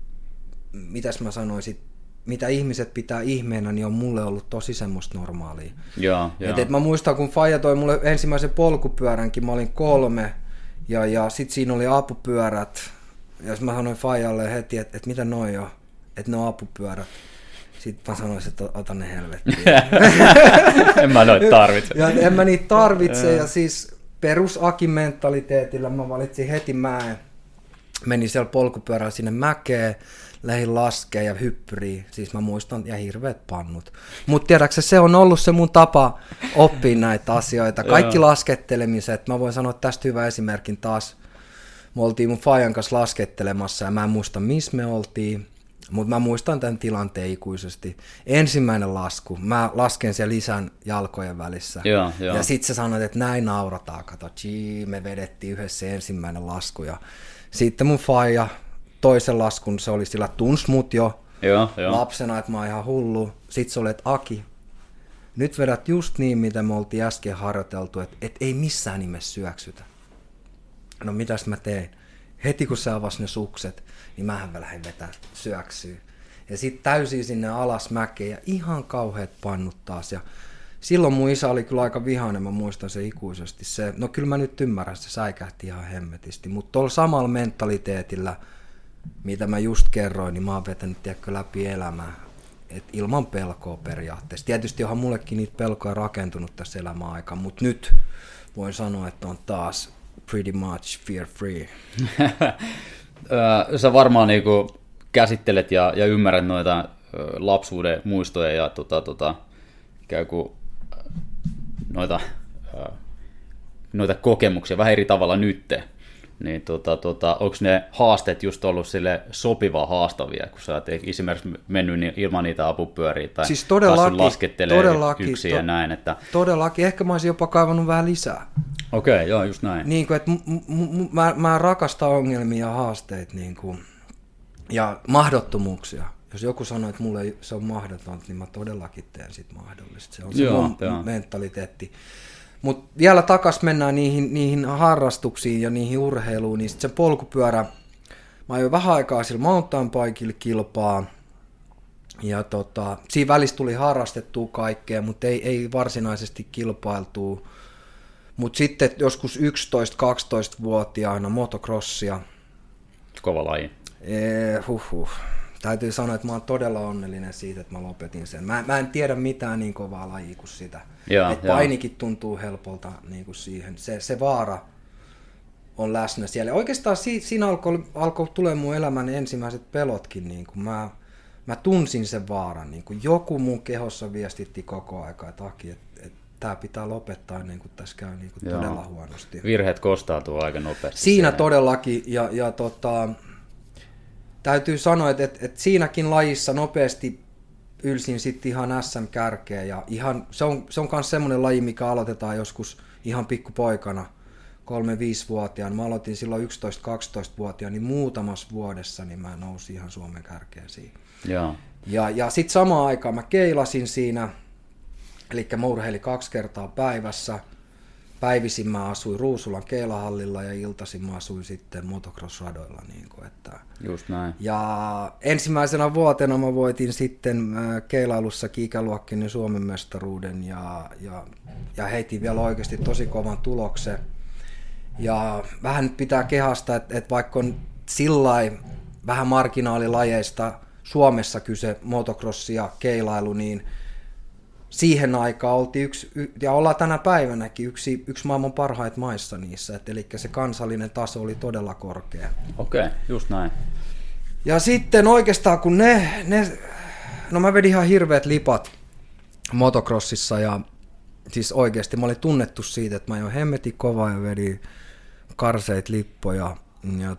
mitäs mä sanoisin, mitä ihmiset pitää ihmeenä, niin on mulle ollut tosi semmoista normaalia. Et mä muistan, kun faija toi mulle ensimmäisen polkupyöränkin, mä olin 3, ja sit siinä oli apupyörät, jos mä sanoin faijalle heti, että mitä noi on, että ne on apupyörät. Sitten mä sanoisin, että ota ne helvettiin. En mä noita tarvitse. Ja en mä niitä tarvitse, ja siis perusakin-mentaliteetillä mä valitsin heti mäen. Menin siellä polkupyörällä sinne mäkeen, lähdin laskea ja hyppyriin. Siis mä muistan, ja hirveät pannut. Mutta tiedätkö, se on ollut se mun tapa oppia näitä asioita. Kaikki laskettelemiset, mä voin sanoa tästä hyvän esimerkin taas. Me oltiin mun faijan kanssa laskettelemassa, ja mä en muista, missä me oltiin. Mutta mä muistan tämän tilanteen ikuisesti. Ensimmäinen lasku, mä lasken siellä lisän jalkojen välissä. Ja sit sä sanoit, että näin naurataan, kato, me vedettiin yhdessä ensimmäinen lasku. Ja sitten mun faija toisen laskun, se oli sillä tunsi mut jo lapsena, että mä oon ihan hullu. Sitten se oli, että Aki, nyt vedät just niin, mitä me oltiin äsken harjoiteltu, että ei missään nimessä syöksytä. No mitäs mä tein? Heti kun se avasi ne sukset, niin mähän lähdin vetää syöksyä. Ja sitten täysin sinne alas mäkeen ja ihan kauheat pannut taas. Ja silloin mun isä oli kyllä aika vihainen, mä muistan se ikuisesti. No kyllä mä nyt ymmärrän, se säikähti ihan hemmetisti. Mutta tuolla samalla mentaliteetillä, mitä mä just kerroin, niin mä oon vetänyt läpi elämää. Et ilman pelkoa periaatteessa. Tietysti onhan mullekin niitä pelkoja rakentunut tässä elämän aikaan, mutta nyt voin sanoa, että on taas pretty much fear free. Sä varmaan niinku käsittelet ja ymmärrät noita lapsuuden muistoja ja noita kokemuksia vähän eri tavalla nytte. Niin onko ne haasteet just ollut sille sopivaa haastavia, kun sä oot esimerkiksi mennyt ilman niitä apupyöriä tai siis päässyt laskettelee yksin ja näin? Että... Todellakin, ehkä mä olisin jopa kaivannut vähän lisää. Okei, joo, just näin. Niin kuin, että mä rakastan ongelmia ja haasteita niin kuin, ja mahdottomuuksia. Jos joku sanoo, että mulle se on mahdotonta, niin mä todellakin teen sit mahdollista. Se on se mun mentaliteetti. Mutta vielä takas mennään niihin harrastuksiin ja niihin urheiluun, niin sitten se polkupyörä, mä ajoin vähän aikaa sillä mountainbikella kilpaa, ja siinä välissä tuli harrastettua kaikkea, mutta ei varsinaisesti kilpailtua. Mutta sitten joskus 11-12-vuotiaana motocrossia. Kova laji. Täytyy sanoa, että mä oon todella onnellinen siitä, että mä lopetin sen. Mä en tiedä mitään niin kovaa lajia kuin sitä. Painikin tuntuu helpolta niin kuin siihen. Se vaara on läsnä siellä. Oikeastaan siinä alkoi tulemaan mun elämän ensimmäiset pelotkin. Niin kuin mä tunsin sen vaaran. Niin kuin joku mun kehossa viestitti koko aika, että Aki, että tää pitää lopettaa ennen kuin tässä käy niin kuin todella huonosti. Virheet kostautuu aika nopeasti. Siinä todellakin. Ja täytyy sanoa, että siinäkin lajissa nopeasti ylsin sitten ihan SM-kärkeen. Ja ihan, se on myös semmoinen laji, mikä aloitetaan joskus ihan pikkupoikana, 3-5-vuotiaana. Mä aloitin silloin 11-12-vuotiaana, niin muutamassa vuodessa niin mä nousin ihan Suomen kärkeen siinä. Ja sitten samaan aikaan mä keilasin siinä, eli mä urheilin 2 kertaa päivässä. Päivisin mä asuin Ruusulan keilahallilla ja iltaisin mä asuin sitten motocross-radoilla. Niin kuin, että. Just näin. Ja ensimmäisenä vuotena mä voitin sitten keilailussakin ikäluokkinen Suomen mestaruuden ja heitin vielä oikeasti tosi kovan tuloksen. Ja vähän nyt pitää kehasta, että vaikka on sillai vähän marginaalilajeista Suomessa kyse motocrossi ja keilailu, niin siihen aikaan oltiin ja ollaan tänä päivänäkin yksi maailman parhaita maissa niissä, eli se kansallinen taso oli todella korkea. Okei, just näin. Ja sitten oikeastaan kun no mä vedin ihan hirveät lipat motocrossissa ja siis oikeasti mä olin tunnettu siitä, että mä ajoin hemmetin kovaa ja vedin karseita lippoja ja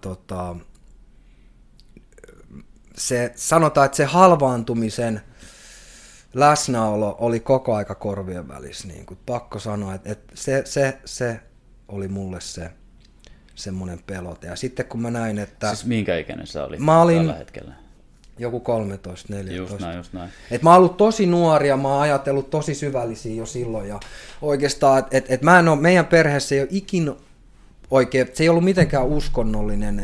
sanotaan, että se halvaantumisen läsnäolo oli koko aika korvien välissä, niin kuin pakko sanoa, että se oli mulle se semmoinen pelote. Ja sitten kun mä näin, että... Siis minkä ikäinen sä olit tällä hetkellä? Joku 13-14. Just näin. Et mä oon ollut tosi nuori ja mä oon ajatellut tosi syvällisiä jo silloin. Ja oikeastaan, että mä en ole, meidän perheessä ei ole ikinä oikein, se ei ollut mitenkään uskonnollinen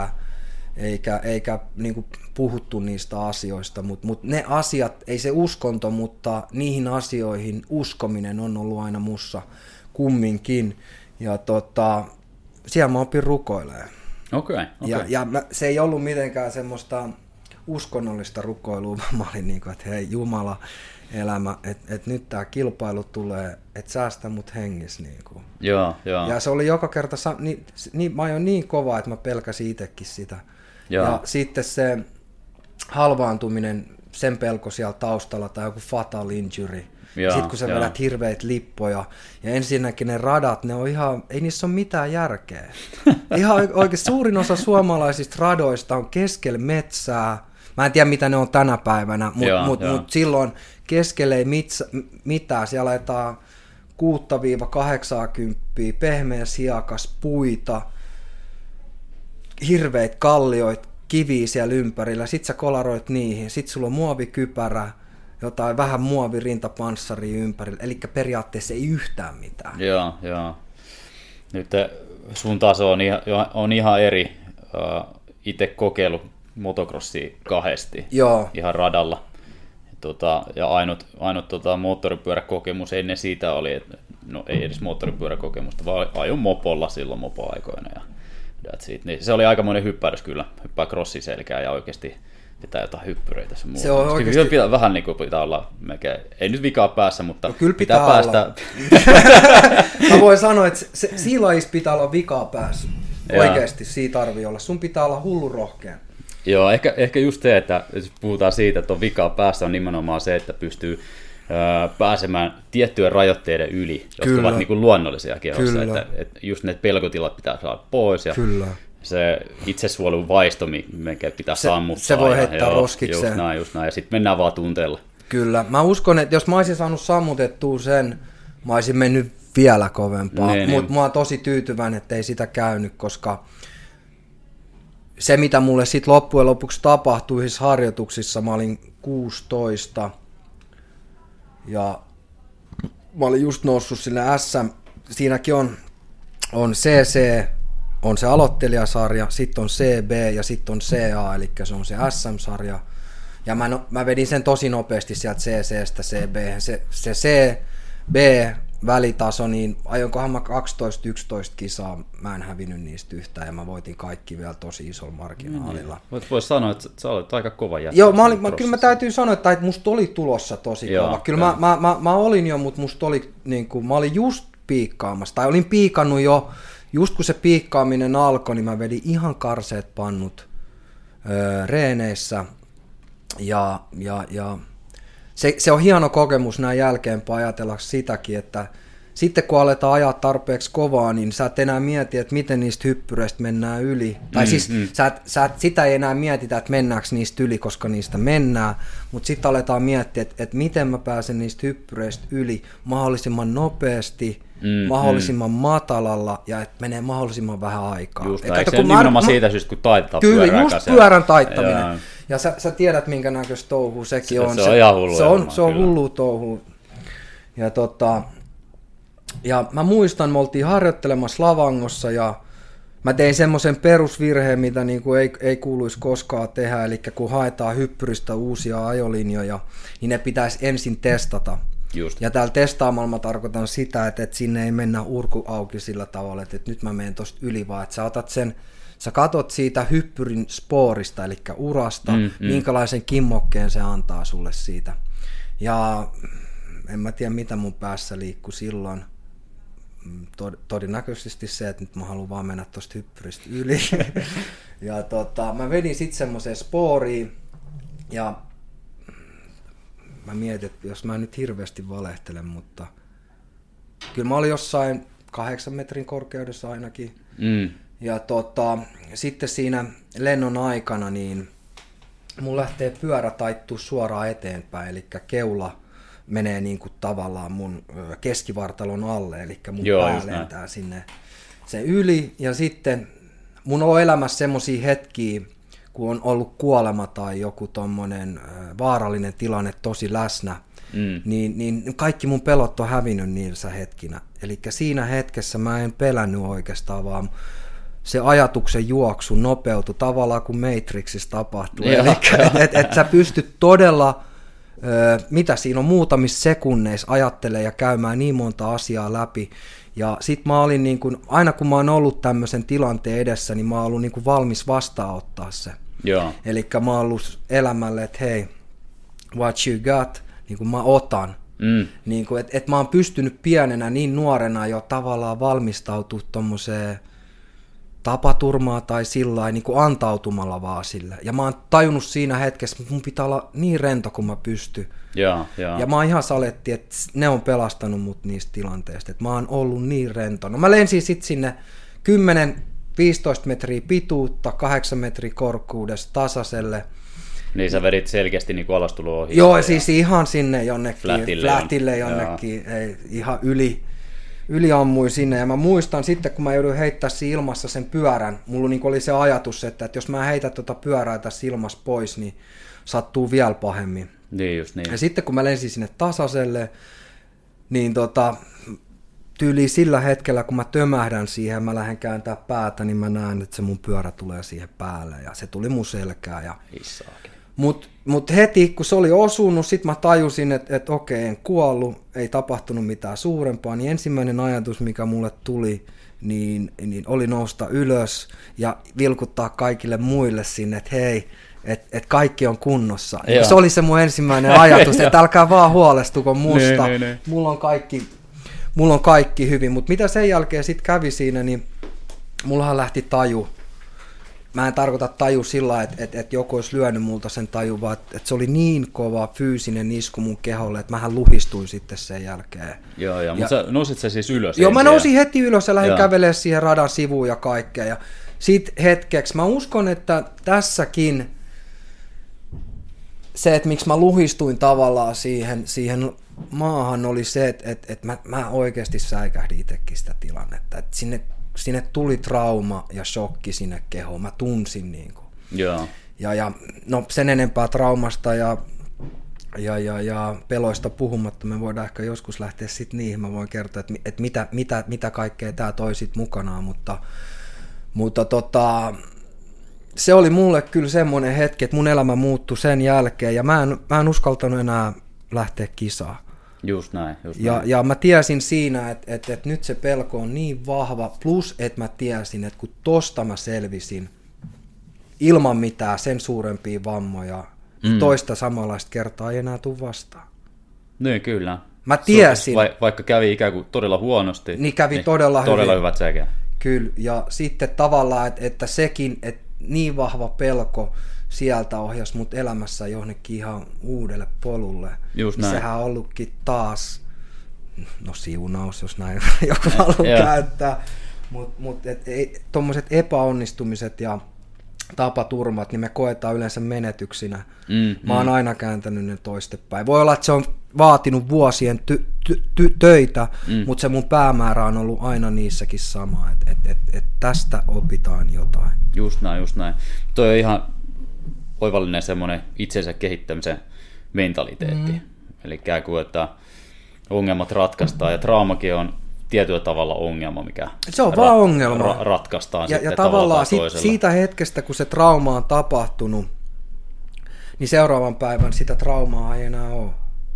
eikä niin kuin puhuttu niistä asioista, mutta ne asiat, ei se uskonto, mutta niihin asioihin uskominen on ollut aina mussa kumminkin. Ja siellä mä opin rukoilemaan. Okay. Ja se ei ollut mitenkään semmoista uskonnollista rukoilua, vaan mä olin niin kuin, että hei Jumala, elämä, että nyt tämä kilpailu tulee, että säästä mut hengissä. Niin kuin. Joo. Ja se oli joka kerta, mä oon niin kova, että mä pelkäsin itsekin sitä. Joo. Ja sitten se halvaantuminen, sen pelko siellä taustalla tai joku fatal injury. Sitten kun sä vedät hirveitä lippoja ja ensinnäkin ne radat, ne on ihan, ei niissä ole mitään järkeä. Ihan oikein suurin osa suomalaisista radoista on keskellä metsää. Mä en tiedä mitä ne on tänä päivänä, mutta silloin keskellä ei mitään. Siellä aletaan 6-80, pehmeä siakas, puita, hirveitä kallioita, kiviä siellä ympärillä. Sitten sä kolaroit niihin. Sitten sulla on muovikypärä, jotain vähän muovirintapanssaria ympärillä. Eli periaatteessa ei yhtään mitään. Joo. Nyt sun taso on ihan eri. Itse kokeillut motocrossia kahdesti ihan radalla. Ja ainut moottoripyöräkokemus ennen siitä oli, no ei edes moottoripyöräkokemusta, vaan ajoin mopolla silloin mopoaikoina. Ja niin se oli aikamoinen hyppäydys kyllä, hyppää crossin selkään ja oikeasti pitää jotain hyppyreitä. Se on oikeasti... Vähän niin kuin pitää olla, ei nyt vikaa päässä, mutta no, kyllä pitää päästä. Mä voin sanoa, että siinä lajissa pitää olla vikaa päässä. Oikeasti siitä tarvii olla. Sun pitää olla hullu rohkea. Joo, ehkä just se, että jos puhutaan siitä, että on vikaa päässä, on nimenomaan se, että pystyy pääsemään tiettyjen rajoitteiden yli, jotka ovat niin kuin luonnollisia kehossa. Että just ne pelkotilat pitää saada pois ja se itsesuojelun vaisto, mikä pitää sammuttaa. Se voi heittää roskikseen. Just näin, ja sitten mennään vaan tunteella. Kyllä, mä uskon, että jos mä olisin saanut sammutettua sen, mä olisin mennyt vielä kovempaa, mutta mä oon tosi tyytyväinen, että ei sitä käynyt, koska se, mitä mulle sitten loppujen lopuksi tapahtui harjoituksissa, mä olin 16 ja mä olin just noussut sinne SM, siinäkin on CC, on se aloittelijasarja, sitten on CB ja sitten on CA, eli se on se SM-sarja. Ja mä vedin sen tosi nopeasti sieltä CC:stä CB:hen. Se CB välitaso, niin ajoinkohan mä 12-11 kisaa, mä en hävinnyt niistä yhtään ja mä voitin kaikki vielä tosi isolla marginaalilla. Voisi sanoa, että sä olet aika kova jätkä. Joo, kyllä mä täytyy sanoa, että musta oli tulossa tosi kova. Kyllä mä olin jo, mutta musta oli, niin kuin, mä olin just piikkaamassa, tai olin piikannut jo, just kun se piikkaaminen alkoi, niin mä vedin ihan karseet pannut reeneissä ja se on hieno kokemus näin jälkeenpäin ajatella sitäkin, että sitten kun aletaan ajaa tarpeeksi kovaa, niin sä et enää mieti, että miten niistä hyppyreistä mennään yli. Tai siis sitä ei enää mietitä, että mennäänkö niistä yli, koska niistä mennään, mutta sitten aletaan miettiä, että miten mä pääsen niistä hyppyreistä yli mahdollisimman nopeasti, mahdollisimman matalalla ja että menee mahdollisimman vähän aikaa. Just näin, eikö se nimenomaan siitä syystä, kun taitetaan pyörää. Kyllä, just käsellä. pyörän taittaminen. Ja sä tiedät, minkä näköistä touhua sekin on. Se on ihan hullua. Se on hullua touhua. Ja mä muistan, me oltiin harjoittelemassa Lavangossa ja mä tein semmoisen perusvirheen, mitä niinku ei kuuluisi koskaan tehdä, eli kun haetaan hyppyristä uusia ajolinjoja, niin ne pitäisi ensin testata. Just. Ja täällä testaamalla mä tarkoitan sitä, että sinne ei mennä urku auki sillä tavalla, että nyt mä menen tosta yli, vaan että sä katot siitä hyppyrin spoorista, eli urasta, minkälaisen kimmokkeen se antaa sulle siitä. Ja en mä tiedä, mitä mun päässä liikkui silloin. Todennäköisesti se, että nyt mä haluan vaan mennä tosta hyppyristä yli. Ja mä vedin sitten semmoiseen spooriin, ja mä mietin, että jos mä nyt hirveästi valehtelen, mutta kyllä mä olin jossain 8 metrin korkeudessa ainakin. Ja sitten siinä lennon aikana niin mun lähtee pyörä taittua suoraan eteenpäin, eli keula menee niin kuin tavallaan mun keskivartalon alle, eli mun pää lentää sinne sen yli. Ja sitten mun on elämässä semmosia hetkiä, kun on ollut kuolema tai joku tommonen vaarallinen tilanne tosi läsnä, niin kaikki mun pelot on hävinnyt niissä hetkinä. Eli siinä hetkessä mä en pelännyt oikeastaan, vaan se ajatuksen juoksu nopeutui tavallaan kuin Matrixissa tapahtuu. Eli että sä pystyt todella, mitä siinä on muutamissa sekunneissa ajattelee ja käymään niin monta asiaa läpi. Ja sit mä olin niin kuin, aina kun mä oon ollut tämmöisen tilanteen edessä, niin mä oon ollut niin kuin valmis vastaanottaa se. Eli mä oon ollut elämälle, että hei, what you got, niin kuin mä otan. Niin kuin, että mä oon pystynyt pienenä niin nuorena jo tavallaan valmistautua tommoseen tapaturmaa tai sillain niin kuin antautumalla vaan sille. Ja mä oon tajunnut siinä hetkessä, että mun pitää olla niin rento kuin mä pystyn. Ja mä oon ihan saletti, että ne on pelastanut mut niistä tilanteista, että mä oon ollut niin rento. No mä lensin sit sinne 10-15 metriä pituutta, 8 metriä korkeudessa tasaiselle. Niin sä vedit selkeästi niin alastulo ohi. Joo, siis ihan sinne jonnekin, flatille jonnekin, ei, ihan yli ammui sinne. Ja mä muistan sitten, kun mä jouduin heittää siinä ilmassa sen pyörän, mulla niin oli se ajatus, että jos mä heitän tuota pyörää tässä ilmassa pois, niin sattuu vielä pahemmin. Niin just niin. Ja sitten kun mä lensin sinne tasaiselle, niin tyyli sillä hetkellä, kun mä tömähdän siihen, mä lähden kääntää päätä, niin mä näen, että se mun pyörä tulee siihen päälle ja se tuli mun selkään. Ja Mut heti, kun se oli osunut, sit mä tajusin, että okei, en kuollut, ei tapahtunut mitään suurempaa, niin ensimmäinen ajatus, mikä mulle tuli, niin oli nousta ylös ja vilkuttaa kaikille muille sinne, että hei, että kaikki on kunnossa. Se oli se mun ensimmäinen ajatus, että älkää vaan huolestuko musta, mulla on kaikki hyvin, mutta mitä sen jälkeen sitten kävi siinä, niin mullahan lähti taju. Mä en tarkoita taju sillä, että joku olisi lyönyt multa sen taju, vaan että se oli niin kova fyysinen isku mun keholle, että mähän luhistuin sitten sen jälkeen. Joo, mutta sä nousit sä siis ylös? Joo, mä nousin heti ylös ja lähdin kävelemään siihen radan sivuun ja kaikkea. Ja sit hetkeksi mä uskon, että tässäkin se, että miksi mä luhistuin tavallaan siihen maahan, oli se, että mä oikeasti säikähdin itsekin sitä tilannetta. Että sinne tuli trauma ja shokki sinne kehoon. Mä tunsin niin kuin. Ja no sen enempää traumasta ja peloista puhumatta me voidaan ehkä joskus lähteä sitten niihin. Mä voin kertoa, että mitä kaikkea tää toi sit mukanaan, mutta se oli mulle kyllä semmoinen hetki, että mun elämä muuttui sen jälkeen ja mä en uskaltanut enää lähteä kisaan. Just näin. Ja mä tiesin siinä, että nyt se pelko on niin vahva, plus että mä tiesin, että kun tosta mä selvisin ilman mitään sen suurempia vammoja, toista samanlaista kertaa ei enää tule vastaan. Niin, kyllä. Mä tiesin. Vaikka kävi ikään kuin todella huonosti. Niin kävi todella hyvin. Todella hyvät sekä. Kyllä, ja sitten tavallaan, että sekin, että niin vahva pelko sieltä ohjasi mut elämässä jonnekin ihan uudelle polulle. Just näin. Sehän on ollutkin taas, no siunaus, jos näin joku haluaa käyttää, mutta tuommoiset epäonnistumiset ja tapaturmat, niin me koetaan yleensä menetyksinä. Mä oon aina kääntänyt ne toistepäin. Voi olla, että se on vaatinut vuosien töitä, mutta se mun päämäärä on ollut aina niissäkin sama, että tästä opitaan jotain. Just näin. Toi on ihan oivallinen semmoinen itsensä kehittämisen mentaliteetti. Eli ikään kuin, että ongelmat ratkaistaan ja traumakin on tietyllä tavalla ongelma, mikä se on vaan ongelma. Ratkaistaan ja sitten tavallaan siitä hetkestä, kun se trauma on tapahtunut, niin seuraavan päivän sitä traumaa ei enää ole.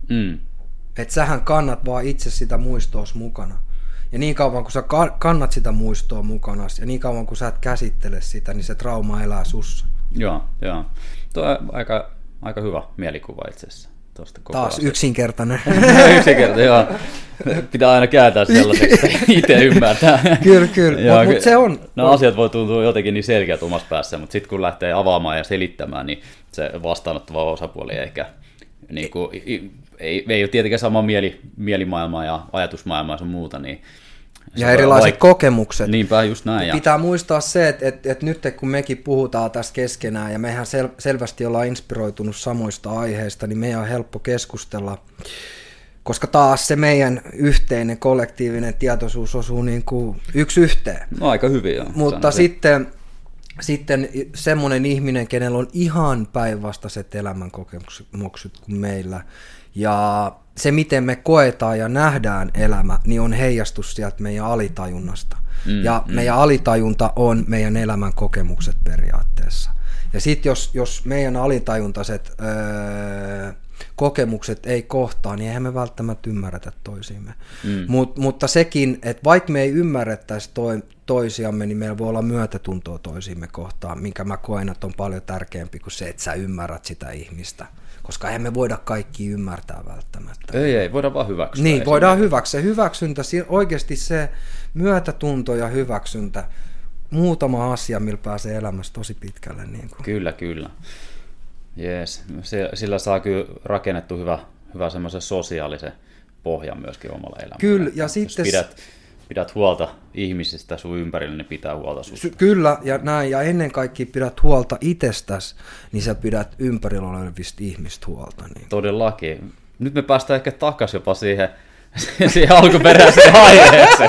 Että sähän kannat vaan itse sitä muistoa mukana. Ja niin kauan kun sä kannat sitä muistoa mukana ja niin kauan kun sä et käsittele sitä, niin se trauma elää sussa. Joo. Tuo on aika hyvä mielikuva itse asiassa. Taas yksinkertainen. Yksinkertainen, joo. Pitää aina kääntää sellaiseksi, että itse ymmärtää. Kyllä, mutta se on. No asiat voi tuntua jotenkin niin selkeät omassa päässä, mutta sitten kun lähtee avaamaan ja selittämään, niin se vastaanottava osapuoli ehkä niin kuin, ei ole tietenkään sama mielimaailmaa ja ajatusmaailmaa ja muuta. Niin ja erilaiset kokemukset. Niinpä, just näin. Pitää muistaa se, että nyt kun mekin puhutaan tästä keskenään ja mehän selvästi ollaan inspiroitunut samoista aiheista, niin meidän on helppo keskustella, koska taas se meidän yhteinen kollektiivinen tietoisuus osuu niin kuin yksi yhteen. No aika hyvin, joo. Mutta sitten semmoinen ihminen, kenellä on ihan päinvastaiset elämänkokemukset kuin meillä, ja se, miten me koetaan ja nähdään elämä, niin on heijastus sieltä meidän alitajunnasta. Meidän alitajunta on meidän elämän kokemukset periaatteessa. Ja sitten jos meidän alitajuntaiset kokemukset ei kohtaa, niin eihän me välttämättä ymmärretä toisiimme. Mutta sekin, että vaikka me ei ymmärrettäisi toisiamme, niin meillä voi olla myötätuntoa toisiimme kohtaan, minkä mä koen, että on paljon tärkeämpi kuin se, että sä ymmärrät sitä ihmistä. Koska eihän me voida kaikki ymmärtää välttämättä. Ei, voidaan vaan hyväksyä. Niin, voidaan hyväksyä. Hyväksyntä, oikeasti se myötätunto ja hyväksyntä, muutama asia, millä pääsee elämässä tosi pitkälle. Niin kuin. Kyllä. Jees. Sillä saa kyllä rakennettu hyvä semmoisen sosiaalisen pohjan myöskin omalle elämälle. Kyllä, ja sitten pidät huolta ihmisistä sun ympärillä, niin pitää huolta susta. Kyllä, ja näin, ja ennen kaikkea pidät huolta itsestäsi, niin sä pidät ympärillä olevista ihmistä huolta. Niin. Todellakin. Nyt me päästään ehkä takaisin jopa siihen alkuperäiseen aiheeseen.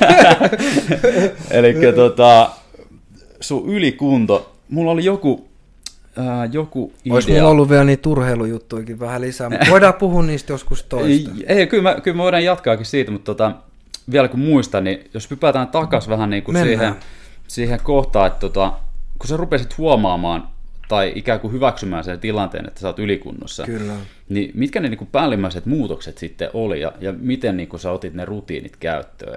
Eli sun ylikunto, mulla oli joku idea. Olisi mulla ollut vielä niitä urheilujuttuikin vähän lisää, mutta voidaan puhua niistä joskus toista. Ei, kyllä me voidaan jatkaakin siitä, mutta vielä kun muistan, niin jos hypätään takaisin vähän niin kuin siihen kohtaan, että kun sä rupesit huomaamaan tai ikään kuin hyväksymään sen tilanteen, että sä oot ylikunnossa, kyllä. Niin mitkä ne niin kuin päällimmäiset muutokset sitten oli ja miten niin kuin sä otit ne rutiinit käyttöön?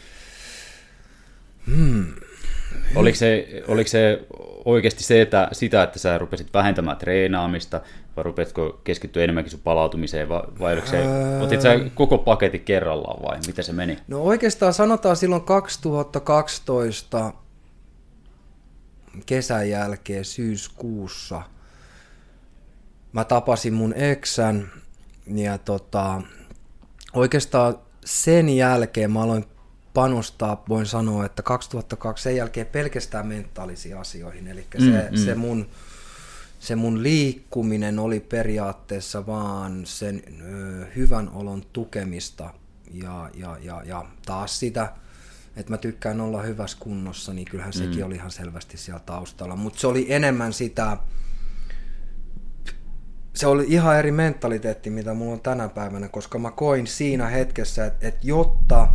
Oliko se oikeasti sitä, että sä rupesit vähentämään treenaamista, vai rupesitko keskittyä enemmänkin sun palautumiseen, vai otit sä koko paketin kerrallaan, vai miten se meni? No oikeastaan sanotaan silloin 2012 kesän jälkeen syyskuussa mä tapasin mun eksän, ja oikeastaan sen jälkeen mä aloin panostaa, voin sanoa, että 2002 sen jälkeen pelkästään mentaalisiin asioihin, eli se mun liikkuminen oli periaatteessa vaan sen hyvän olon tukemista ja taas sitä, että mä tykkään olla hyvässä kunnossa, niin kyllähän sekin oli ihan selvästi siellä taustalla, mutta se oli enemmän sitä, se oli ihan eri mentaliteetti, mitä mulla on tänä päivänä, koska mä koin siinä hetkessä, että jotta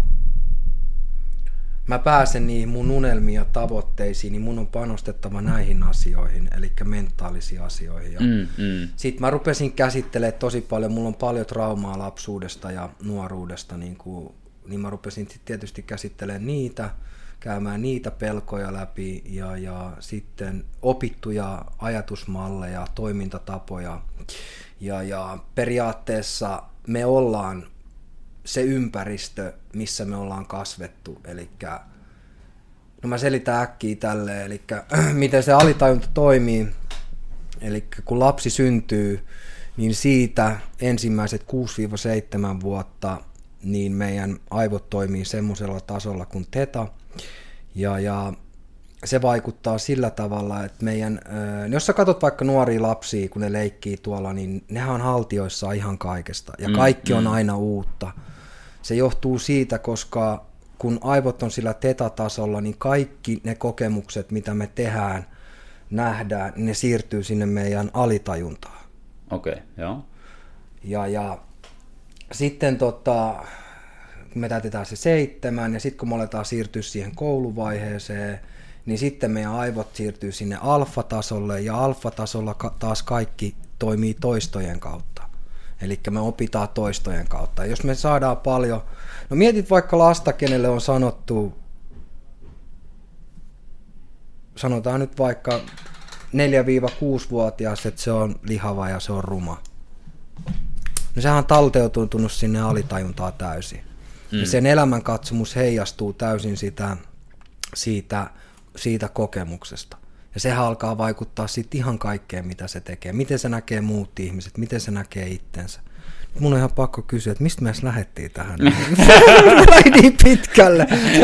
mä pääsen niihin mun unelmiin ja tavoitteisiin, niin mun on panostettava näihin asioihin, eli mentaalisiin asioihin. Sitten mä rupesin käsittelemään tosi paljon, mulla on paljon traumaa lapsuudesta ja nuoruudesta, niin mä rupesin tietysti käsittelemään niitä, käymään niitä pelkoja läpi ja sitten opittuja ajatusmalleja, toimintatapoja. Ja periaatteessa me ollaan se ympäristö, missä me ollaan kasvettu, elikkä no mä selitän äkkiä tälleen, elikkä miten se alitajunta toimii, elikkä kun lapsi syntyy, niin siitä ensimmäiset 6-7 vuotta niin meidän aivot toimii semmoisella tasolla kuin theta, ja se vaikuttaa sillä tavalla, että jos sä katsot vaikka nuoria lapsia, kun ne leikkii tuolla, niin nehän on haltioissa ihan kaikesta, ja kaikki on aina uutta. Se johtuu siitä, koska kun aivot on sillä theta-tasolla, niin kaikki ne kokemukset, mitä me nähdään, ne siirtyy sinne meidän alitajuntaan. Okei, joo. Ja sitten kun me täytetään se 7, ja sitten kun me aletaan siirtyä siihen kouluvaiheeseen, niin sitten meidän aivot siirtyy sinne alfa-tasolle, ja alfa-tasolla taas kaikki toimii toistojen kautta. Eli me opitaan toistojen kautta. Jos me saadaan paljon, no mietit vaikka lasta, kenelle on sanottu, sanotaan nyt vaikka 4-6-vuotias, että se on lihava ja se on ruma. No sehän on talteutunut sinne alitajuntaan täysin. Ja sen elämänkatsomus heijastuu täysin siitä kokemuksesta. Ja sehän alkaa vaikuttaa sitten ihan kaikkeen, mitä se tekee. Miten se näkee muut ihmiset, miten se näkee itsensä. Mun on ihan pakko kysyä, että mistä me edes lähdettiin tähän? Lähdin niin pitkälle.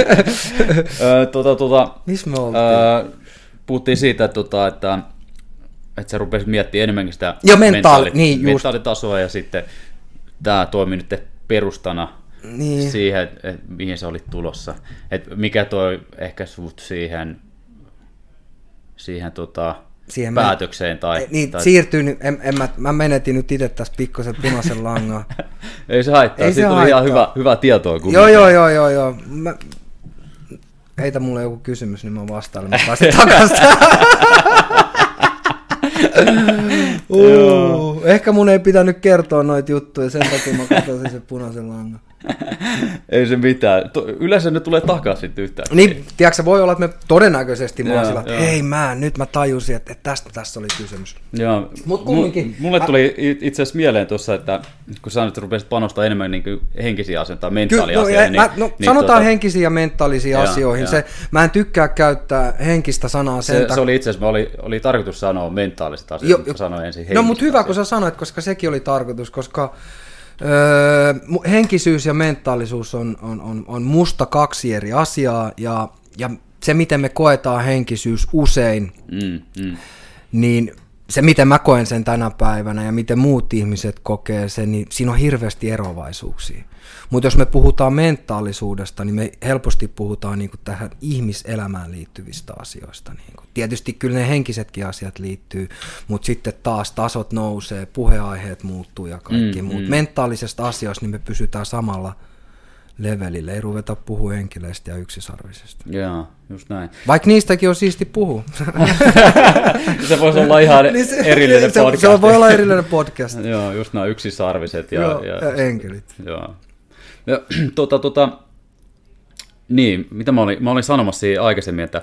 Missä me oltiin? Puhuttiin siitä, että sä rupesit miettimään enemmänkin sitä mentaalitasoa, ja sitten tämä toimi nyt perustana siihen, että mihin sä olit tulossa. Että mikä toi ehkä sut siihen päätökseen tai siirtyy nyt, mä menetin nyt itse tässä pikkusen punaisen langan. Ei se haittaa, siitä tuli ihan hyvä tietoa. Joo. Heitä mulle joku kysymys, niin mä vastailen, mä pääsen takaisin. Ehkä mun ei pitänyt kertoa noita juttuja, sen takia mä katsoin sen punaisen langan. Ei se mitään. Yleensä ne tulee takaisin yhtään. Niin, tiedätkö, voi olla, että me todennäköisesti sillä, että hei nyt mä tajusin, että tästä tässä oli kysymys. Joo. Mut kumminkin. Mulle tuli itse asiassa mieleen tuossa, että kun sä nyt rupesit panostaa enemmän niin henkisiä asioita tai mentaaliasioihin. Sanotaan henkisiä ja mentaalisiin asioihin. Mä en tykkää käyttää henkistä sanaa sen takia. Se oli itse asiassa, oli tarkoitus sanoa mentaaliset asiat, mutta sanoin ensin henkistä. No mutta hyvä, kun sä sanoit, koska sekin oli tarkoitus, koska henkisyys ja mentaalisuus on musta kaksi eri asiaa, ja se, miten me koetaan henkisyys usein, niin se, miten mä koen sen tänä päivänä ja miten muut ihmiset kokee sen, niin siinä on hirveästi eroavaisuuksia. Mutta jos me puhutaan mentaalisuudesta, niin me helposti puhutaan niinku tähän ihmiselämään liittyvistä asioista. Niinku. Tietysti kyllä ne henkisetkin asiat liittyy, mutta sitten taas tasot nousee, puheaiheet muuttuu ja kaikki muut. Mentaalisesta asioista niin me pysytään samalla levelillä, ei ruveta puhua henkilöistä ja yksisarvisesta. Joo, just näin. Vaikka niistäkin on siisti puhua. Se voisi olla ihan erillinen podcast. Se voi olla erillinen podcast. Joo, just nämä yksisarviset ja enkelit. Joo. Ja, niin, mitä mä olin sanomassa siinä aikaisemmin, että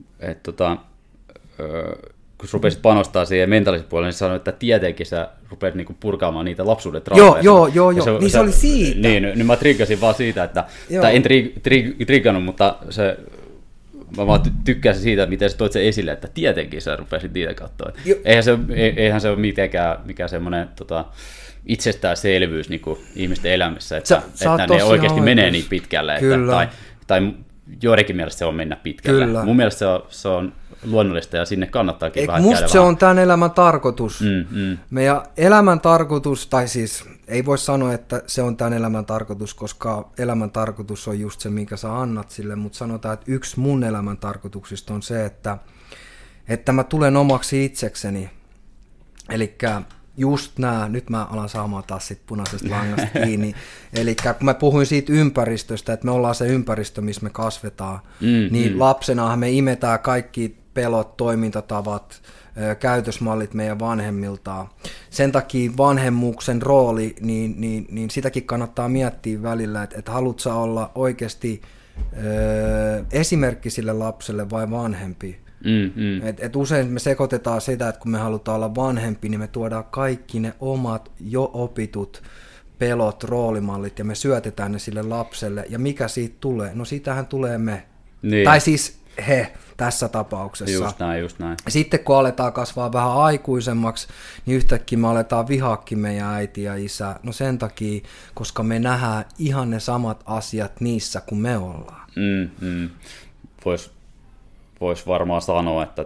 kun rupesit panostaa siihen mentaalisen puolelle, niin sanoin, että tietenkin sä rupeat niinku purkaamaan niitä lapsuuden traumeja. Joo, niin se oli siitä. Niin mä triggasin vaan siitä, tai en triggannut, mutta mä vaan tykkäsin siitä, miten sä toit sen esille, että tietenkin sä rupesit niitä katsoa. Eihän se ole mikään semmoinen itsestäänselvyys niin kuin ihmisten elämässä, että ne oikeasti menee niin pitkälle, tai joidenkin mielestä se on mennä pitkälle. Kyllä. Mun mielestä se on luonnollista ja sinne kannattaakin vähän käydä. Musta se on tämän elämän tarkoitus. Meidän elämän tarkoitus, tai siis ei voi sanoa, että se on tämän elämän tarkoitus, koska elämän tarkoitus on just se, minkä sä annat sille, mutta sanotaan, että yksi mun elämän tarkoituksista on se, että mä tulen omaksi itsekseni. Elikkä just nyt mä alan saamaan taas sit punaisesta langasta kiinni. Eli kun mä puhuin siitä ympäristöstä, että me ollaan se ympäristö, missä me kasvetaan, niin lapsenahan me imetään kaikki pelot, toimintatavat, käytösmallit meidän vanhemmiltaan. Sen takia vanhemmuksen rooli, niin sitäkin kannattaa miettiä välillä, että haluat sä olla oikeasti esimerkki sille lapselle vai vanhempi. Et usein me sekoitetaan sitä, että kun me halutaan olla vanhempi, niin me tuodaan kaikki ne omat jo opitut pelot, roolimallit ja me syötetään ne sille lapselle. Ja mikä siitä tulee? No siitähän tulee me. Niin. Tai siis he tässä tapauksessa. Just näin. Sitten kun aletaan kasvaa vähän aikuisemmaksi, niin yhtäkkiä me aletaan vihaakin meidän äiti ja isä. No sen takia, koska me nähdään ihan ne samat asiat niissä kuin me ollaan. Voisi varmaan sanoa, että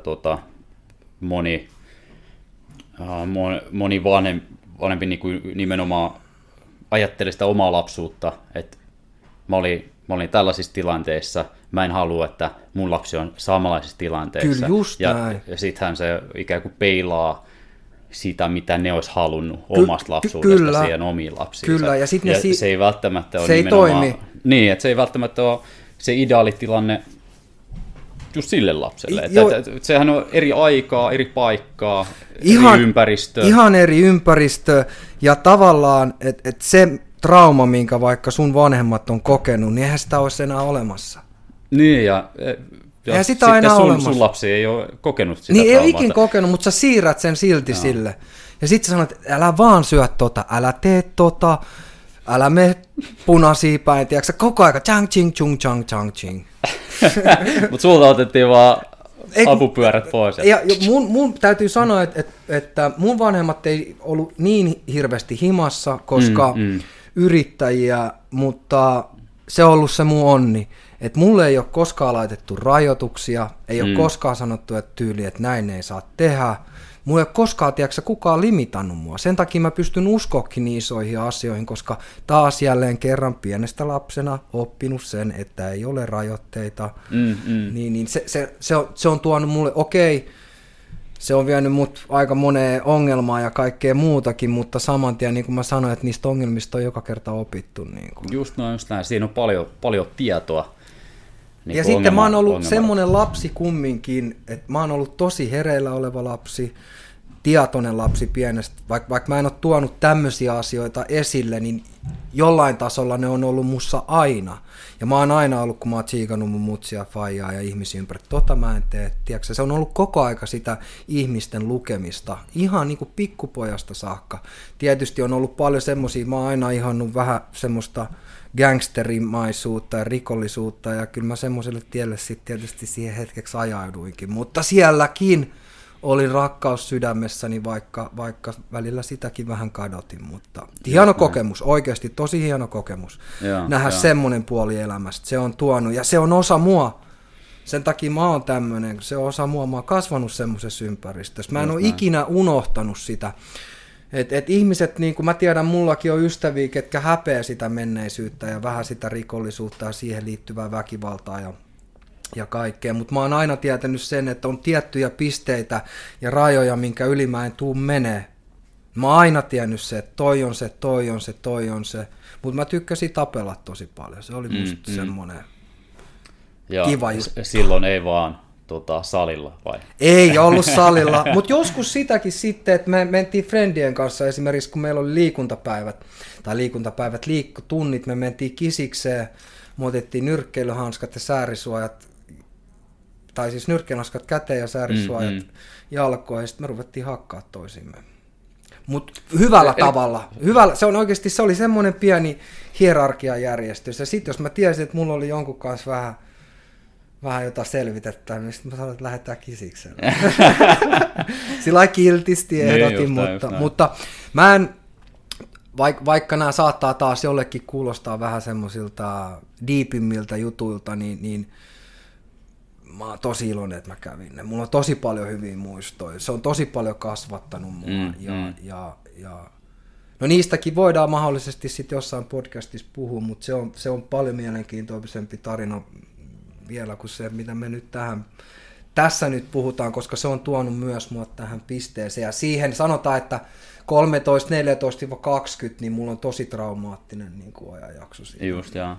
moni vanhempi niin kuin nimenomaan ajatteli sitä omaa lapsuutta, että mä olin tällaisissa tilanteissa, mä en halua, että mun lapsi on samanlaisissa tilanteissa. Kyllä, just näin. Ja sittenhän se ikään kuin peilaa sitä, mitä ne olisi halunnut omasta lapsuudesta siihen omiin lapsiinsa. Kyllä, ja se ei välttämättä ole se nimenomaan... Ei toimi. Niin, että se ei välttämättä ole se ideaalitilanne just sille lapselle. Että sehän on eri aikaa, eri paikkaa, eri ympäristö. Ihan eri ympäristö, ja tavallaan, että se trauma, minkä vaikka sun vanhemmat on kokenut, niin eihän sitä olisi enää olemassa. Niin, ja sitten sun lapsi ei ole kokenut sitä niin traumaa. Ei ikin kokenut, mutta sä siirrät sen silti sille. Ja sitten sä sanot, että älä vaan syö älä tee älä mene punaisia päin, tiedätkö koko ajan, chang ching chung chang chang ching. Mutta sulta otettiin vaan apupyörät pois. Ja mun täytyy sanoa, että mun vanhemmat ei ollut niin hirveästi himassa, koska yrittäjiä, mutta se on ollut se mun onni. Että mulle ei ole koskaan laitettu rajoituksia, ei ole koskaan sanottu, että tyyli, että näin ei saa tehdä. Mulla ei ole koskaan, tiedätkö, kukaan limitannut mua. Sen takia mä pystyn uskoakin niin isoihin asioihin, koska taas jälleen kerran pienestä lapsena oppinut sen, että ei ole rajoitteita. Niin se on tuonut mulle, se on vienyt mut aika moneen ongelmaan ja kaikkea muutakin, mutta saman tien, niin kuin mä sanoin, että niistä ongelmista on joka kerta opittu. Niin kuin. Just näin. Siinä on paljon tietoa. Niin ja sitten mä oon ollut semmoinen lapsi kumminkin, että mä oon ollut tosi hereillä oleva lapsi. tietoinen lapsi pienestä, vaikka mä en ole tuonut tämmöisiä asioita esille, niin jollain tasolla ne on ollut mussa aina. Ja mä oon aina ollut, kun mä oon tsiikannut mun mutsia, faijaa ja ihmisiä ympäri, mä en tee, tiedätkö? Se on ollut koko aika sitä ihmisten lukemista, ihan niin kuin pikkupojasta saakka. Tietysti on ollut paljon semmosia, mä oon aina ihannut vähän semmoista gangsterimaisuutta ja rikollisuutta, ja kyllä mä semmoiselle tielle sitten tietysti siihen hetkeksi ajauduinkin, mutta sielläkin oli rakkaus sydämessäni, vaikka välillä sitäkin vähän kadotin, mutta hieno kokemus, oikeasti tosi hieno kokemus nähdä semmoinen puoli elämästä. Se on tuonut, ja se on osa mua. Sen takia mä oon tämmöinen, se on osa mua. Mä oon kasvanut semmoisessa ympäristössä. Mä en ole ikinä unohtanut sitä. Et ihmiset, niin kuin mä tiedän, mullakin on ystäviä, ketkä häpeä sitä menneisyyttä ja vähän sitä rikollisuutta ja siihen liittyvää väkivaltaa ja kaikkea, mutta mä oon aina tietänyt sen, että on tiettyjä pisteitä ja rajoja, minkä yli mä en tuu menee. Mä oon aina tiennyt se, että toi on se, mutta mä tykkäsin tapella tosi paljon. Se oli musta semmoinen kiva juttu. Silloin ei vaan salilla vai? Ei ollut salilla, mutta joskus sitäkin sitten, että me mentiin friendien kanssa esimerkiksi, kun meillä oli liikkutunnit, me mentiin kisikseen, me otettiin nyrkkeilyhanskat ja säärisuojat, tai siis nyrkkeilyhanskat käteen ja säärisuojat jalkoon, ja sitten me ruvettiin hakkaa toisimme. Mutta hyvällä tavalla. Se oli semmoinen pieni hierarkiajärjestys, ja sitten jos mä tiesin, että mulla oli jonkun kanssa vähän jotain selvitettä, niin sitten mä sanoin, että lähdetään kisikseen. Sillä kiltisti ehdotin, mutta mä en, vaikka nämä saattaa taas jollekin kuulostaa vähän semmoisilta diipimmiltä jutuilta, niin mä oon tosi iloinen, että mä kävin ne. Mulla on tosi paljon hyviä muistoja. Se on tosi paljon kasvattanut mua. No niistäkin voidaan mahdollisesti sitten jossain podcastissa puhua, mutta se on paljon mielenkiintoisempi tarina vielä kuin se, mitä me nyt tässä nyt puhutaan, koska se on tuonut myös mua tähän pisteeseen. Ja siihen sanotaan, että 13-14-20, niin mulla on tosi traumaattinen niin kuin ajanjakso siinä. Just, joo.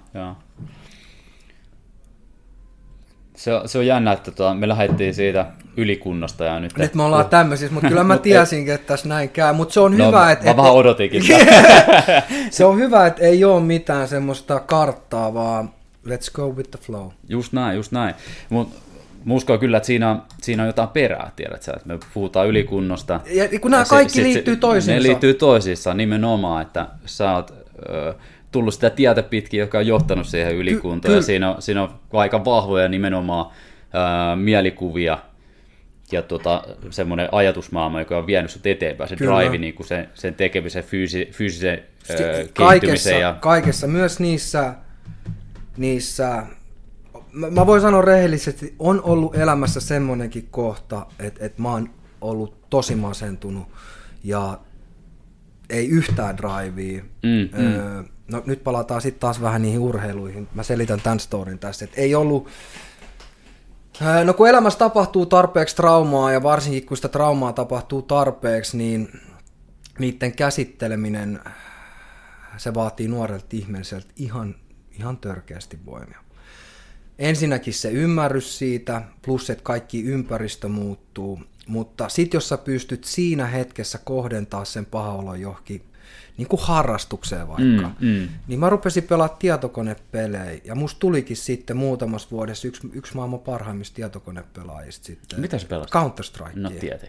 Se on jännä, että me lähdettiin siitä ylikunnosta ja nyt me ollaan tämmöisissä, mutta kyllä mä tiesinkin, että tässä näin käy, mutta se on hyvä, että... Mä vähän odotinkin. Se on hyvä, että ei ole mitään semmoista karttaa, vaan let's go with the flow. Just näin. Mutta uskon kyllä, että siinä on jotain perää, tiedätkö, että me puhutaan ylikunnosta. Ja kun nämä kaikki liittyy toisiinsa. Ne liittyy toisiinsa nimenomaan, että sä oot tullut sitä tietä pitkin, joka on johtanut siihen ylikuntoon. Ja siinä on aika vahvoja nimenomaan mielikuvia ja semmoinen ajatusmaailma, joka on vienyt sut eteenpäin. Se drive, niin kuin sen tekemisen, fyysisen kehittymisen. Kaikessa, myös niissä, mä voin sanoa rehellisesti, on ollut elämässä semmoinenkin kohta, että mä oon ollut tosi masentunut ja ei yhtään drivea. No nyt palataan sitten taas vähän niihin urheiluihin. Mä selitän tämän storin tässä, että ei ollut... No kun elämässä tapahtuu tarpeeksi traumaa ja varsinkin kun sitä traumaa tapahtuu tarpeeksi, niin niiden käsitteleminen, se vaatii nuorelta ihmiseltä ihan törkeästi voimia. Ensinnäkin se ymmärrys siitä, plus että kaikki ympäristö muuttuu, mutta sitten jos sä pystyt siinä hetkessä kohdentaa sen paha olon johonkin niin kuin harrastukseen vaikka, niin mä rupesin pelaamaan tietokonepelejä, ja musta tulikin sitten muutamassa vuodessa yksi maailman parhaimmista tietokonepelaajista sitten. Mitä sä pelasit? Counter-Strike. No tietenkin.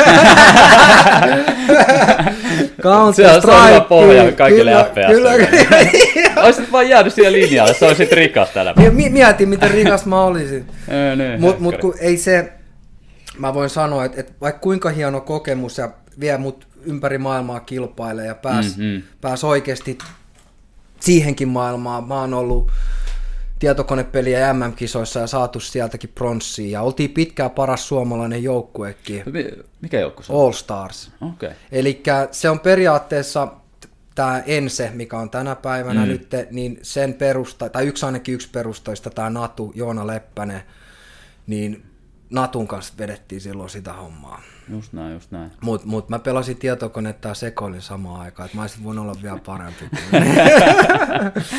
Counter-Strike. Se on hyvä pohja kaikille FPS. Olisit vaan jäänyt siihen linjalle, sä olisit rikas tällä. Mietin, miten rikas mä olisin. Mut kun ei se, mä voin sanoa, että vaikka kuinka hieno kokemus ja vie mut ympäri maailmaa kilpailee ja pääs oikeasti siihenkin maailmaan. Mä oon ollut tietokonepeliä ja MM-kisoissa ja saatu sieltäkin pronssia. Ja oltiin pitkään paras suomalainen joukkuekin. Mikä joukkue se on? All Stars. Okay. Elikkä se on periaatteessa tämä Ense, mikä on tänä päivänä nyt, niin sen perusta, tai ainakin yksi perustajista, tämä Natu, Joona Leppänen, niin Natun kanssa vedettiin silloin sitä hommaa. Just näin. Mut mä pelasin tietokonetta ja sekoilin samaan aikaan, että mä olisin voinut olla vielä parempi.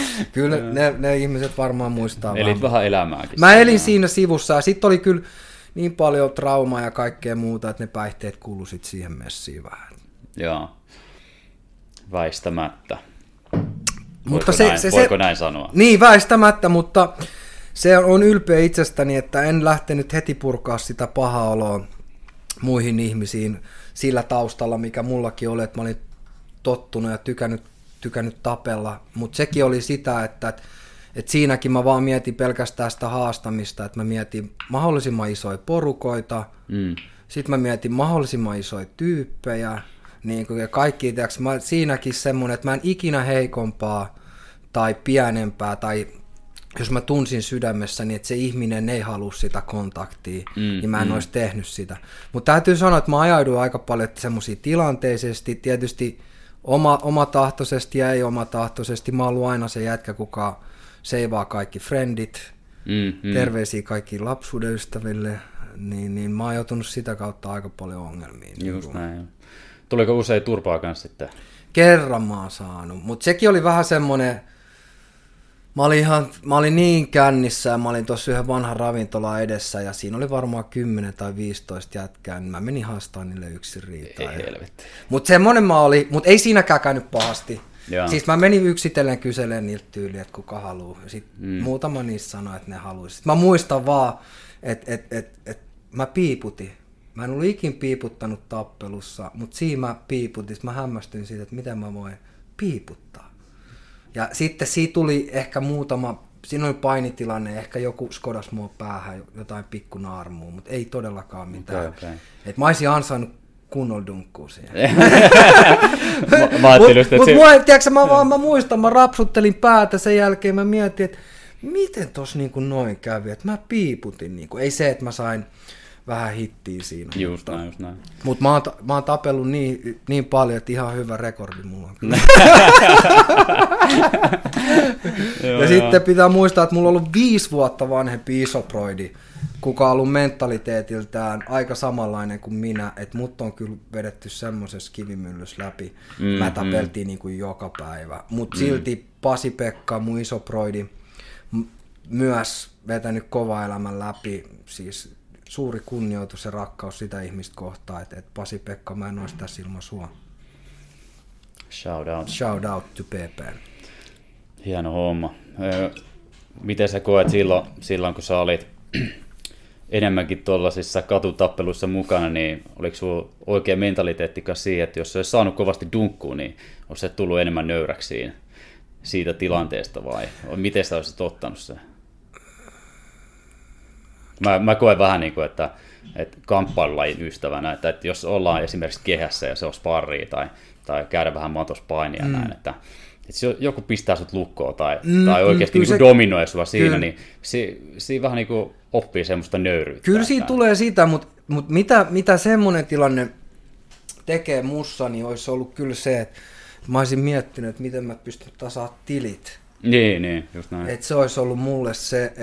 Kyllä ne ihmiset varmaan muistaa. Elit vähän elämääkin. Mä elin siinä sivussa ja sitten oli kyllä niin paljon traumaa ja kaikkea muuta, että ne päihteet kuului sit siihen messiin vähän. Joo, väistämättä. Mutta voiko näin sanoa? Niin, väistämättä, mutta se on ylpeä itsestäni, että en lähtenyt heti purkaa sitä pahaa oloa muihin ihmisiin sillä taustalla, mikä mullakin oli, että mä olin tottunut ja tykännyt tapella, mutta sekin oli sitä, että siinäkin mä vaan mietin pelkästään sitä haastamista, että mä mietin mahdollisimman isoja porukoita, sitten mä mietin mahdollisimman isoja tyyppejä, niin kuin, ja kaikki, mä siinäkin semmoinen, että mä en ikinä heikompaa tai pienempää, tai jos mä tunsin sydämessäni, että se ihminen ei halua sitä kontaktia, niin mä en olisi tehnyt sitä. Mutta täytyy sanoa, että mä ajauduin aika paljon semmoisia tilanteisesti, tietysti omatahtoisesti ja ei omatahtoisesti. Mä oon ollut aina se jätkä, kuka seivaa kaikki friendit, terveisiä kaikki lapsuuden ystäville, niin mä oon joutunut sitä kautta aika paljon ongelmiin. Just näin. Tuliko usein turpaa kanssa sitten? Kerran mä oon saanut, mutta sekin oli vähän semmoinen, mä olin niin kännissä ja mä olin tuossa yhden vanhan ravintolan edessä ja siinä oli varmaan 10 tai 15 jätkää, niin mä menin haastaan niille yksin riitaa. Ei helvetti. Mutta semmoinen mä olin, mutta ei siinäkään käynyt pahasti. Jaa. Siis mä menin yksitellen kyselemään niiltä tyyliä, että kuka haluaa. Sitten muutama niistä sanoi, että ne haluaisi. Mä muistan vaan, että mä piiputin. Mä en ollut ikin piiputtanut tappelussa, mutta siinä mä piiputin. Mä hämmästyin siitä, että miten mä voin piiputtaa. Ja sitten siitä tuli ehkä muutama, siinä oli painitilanne, ehkä joku skodas mua päähän, jotain pikkunaarmua, mutta ei todellakaan mitään. Okay. Et mä olisin ansainnut kunnolla dunkkuu siihen. Mä muistan, mä rapsuttelin päätä, sen jälkeen mä mietin, että miten tossa niin kuin noin kävi, että mä piiputin. Niin kuin. Ei se, että mä sain vähän hittiä siinä. Just näin. Mutta mä oon tapellut niin paljon, että ihan hyvä rekordi mulla on kyllä. Ja sitten pitää muistaa, että mulla on ollut 5 vuotta vanhempi isoproidi, kuka on ollut mentaliteetiltään aika samanlainen kuin minä, että mut on kyllä vedetty semmoisessa kivimyllyssä läpi. Mä tapeltiin niin kuin joka päivä. Mutta silti Pasi-Pekka, mun isoproidi, myös vetänyt kova elämän läpi, siis suuri kunnioitus ja rakkaus sitä ihmistä kohtaan, että Pasi-Pekka, mä en olisi tässä ilman sua. Shout out to PP. Hieno homma. Miten sä koet silloin kun sä olit enemmänkin tuollaisissa katutappeluissa mukana, niin oliko sulla oikea mentaliteettikas siihen, että jos sä olisi saanut kovasti dunkkua, niin olisi se tullut enemmän nöyräksi siitä tilanteesta vai miten sä olisit ottanut sen? Mä koen vähän niin kuin, että kamppailulajin ystävänä, että jos ollaan esimerkiksi kehässä ja se on sparria tai käydä vähän matospainia näin, että jos joku pistää sut lukkoon tai oikeasti niin dominoi sua siinä, niin siinä vähän niin kuin oppii semmoista nöyryyttä. Kyllä siinä tulee sitä, mutta mitä semmoinen tilanne tekee mussa, niin olisi ollut kyllä se, että mä olisin miettinyt, että miten mä pystyn tasaa tilit. Niin, just näin. Että se olisi ollut mulle se,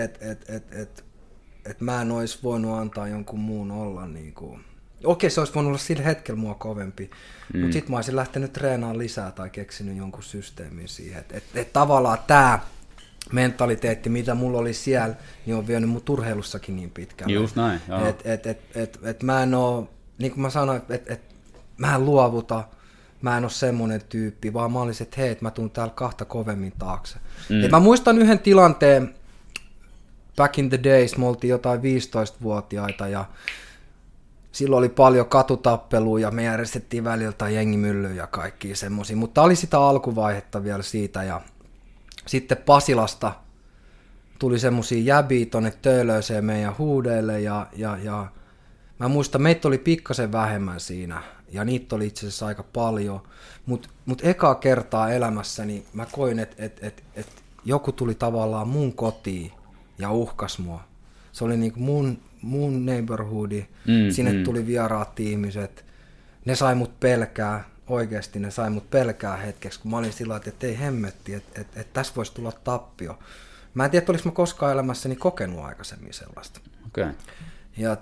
että mä en olisi voinut antaa jonkun muun olla niin kuin. Okei, se olisi voinut olla sillä hetkellä mua kovempi, mutta sitten mä olisin lähtenyt treenaamaan lisää tai keksinyt jonkun systeemin siihen. Että tavallaan tämä mentaliteetti, mitä mulla oli siellä, niin on vienyt mun urheilussakin niin pitkälle. Just näin, joo. Et mä en oo, niin kuin mä sanoin, että mä en luovuta, mä en oo semmoinen tyyppi, vaan mä olisin, että hei, mä tuun täällä kahta kovemmin taakse. Et mä muistan yhden tilanteen, back in the days, me oltiin jotain 15-vuotiaita ja silloin oli paljon katutappelua ja me järjestettiin välillä jengimyllyä ja kaikkia semmoisia, mutta oli sitä alkuvaihetta vielä siitä ja sitten Pasilasta tuli semmoisia jäbiä tonne Töölöiseen meidän huudeille ja mä muistan, meitä oli pikkasen vähemmän siinä ja niitä oli itse asiassa aika paljon, mut ekaa kertaa elämässäni mä koin, että joku tuli tavallaan mun kotiin ja uhkas mua. Se oli niinku mun neighborhoodi, sinne tuli vieraat ihmiset, ne sai mut pelkää, oikeasti ne sai mut pelkää hetkeksi, kun mä olin sillä että ei hemmetti, että tässä voisi tulla tappio. Mä en tiedä, olis mä koskaan elämässäni kokenut aikaisemmin sellaista. Okay. Ja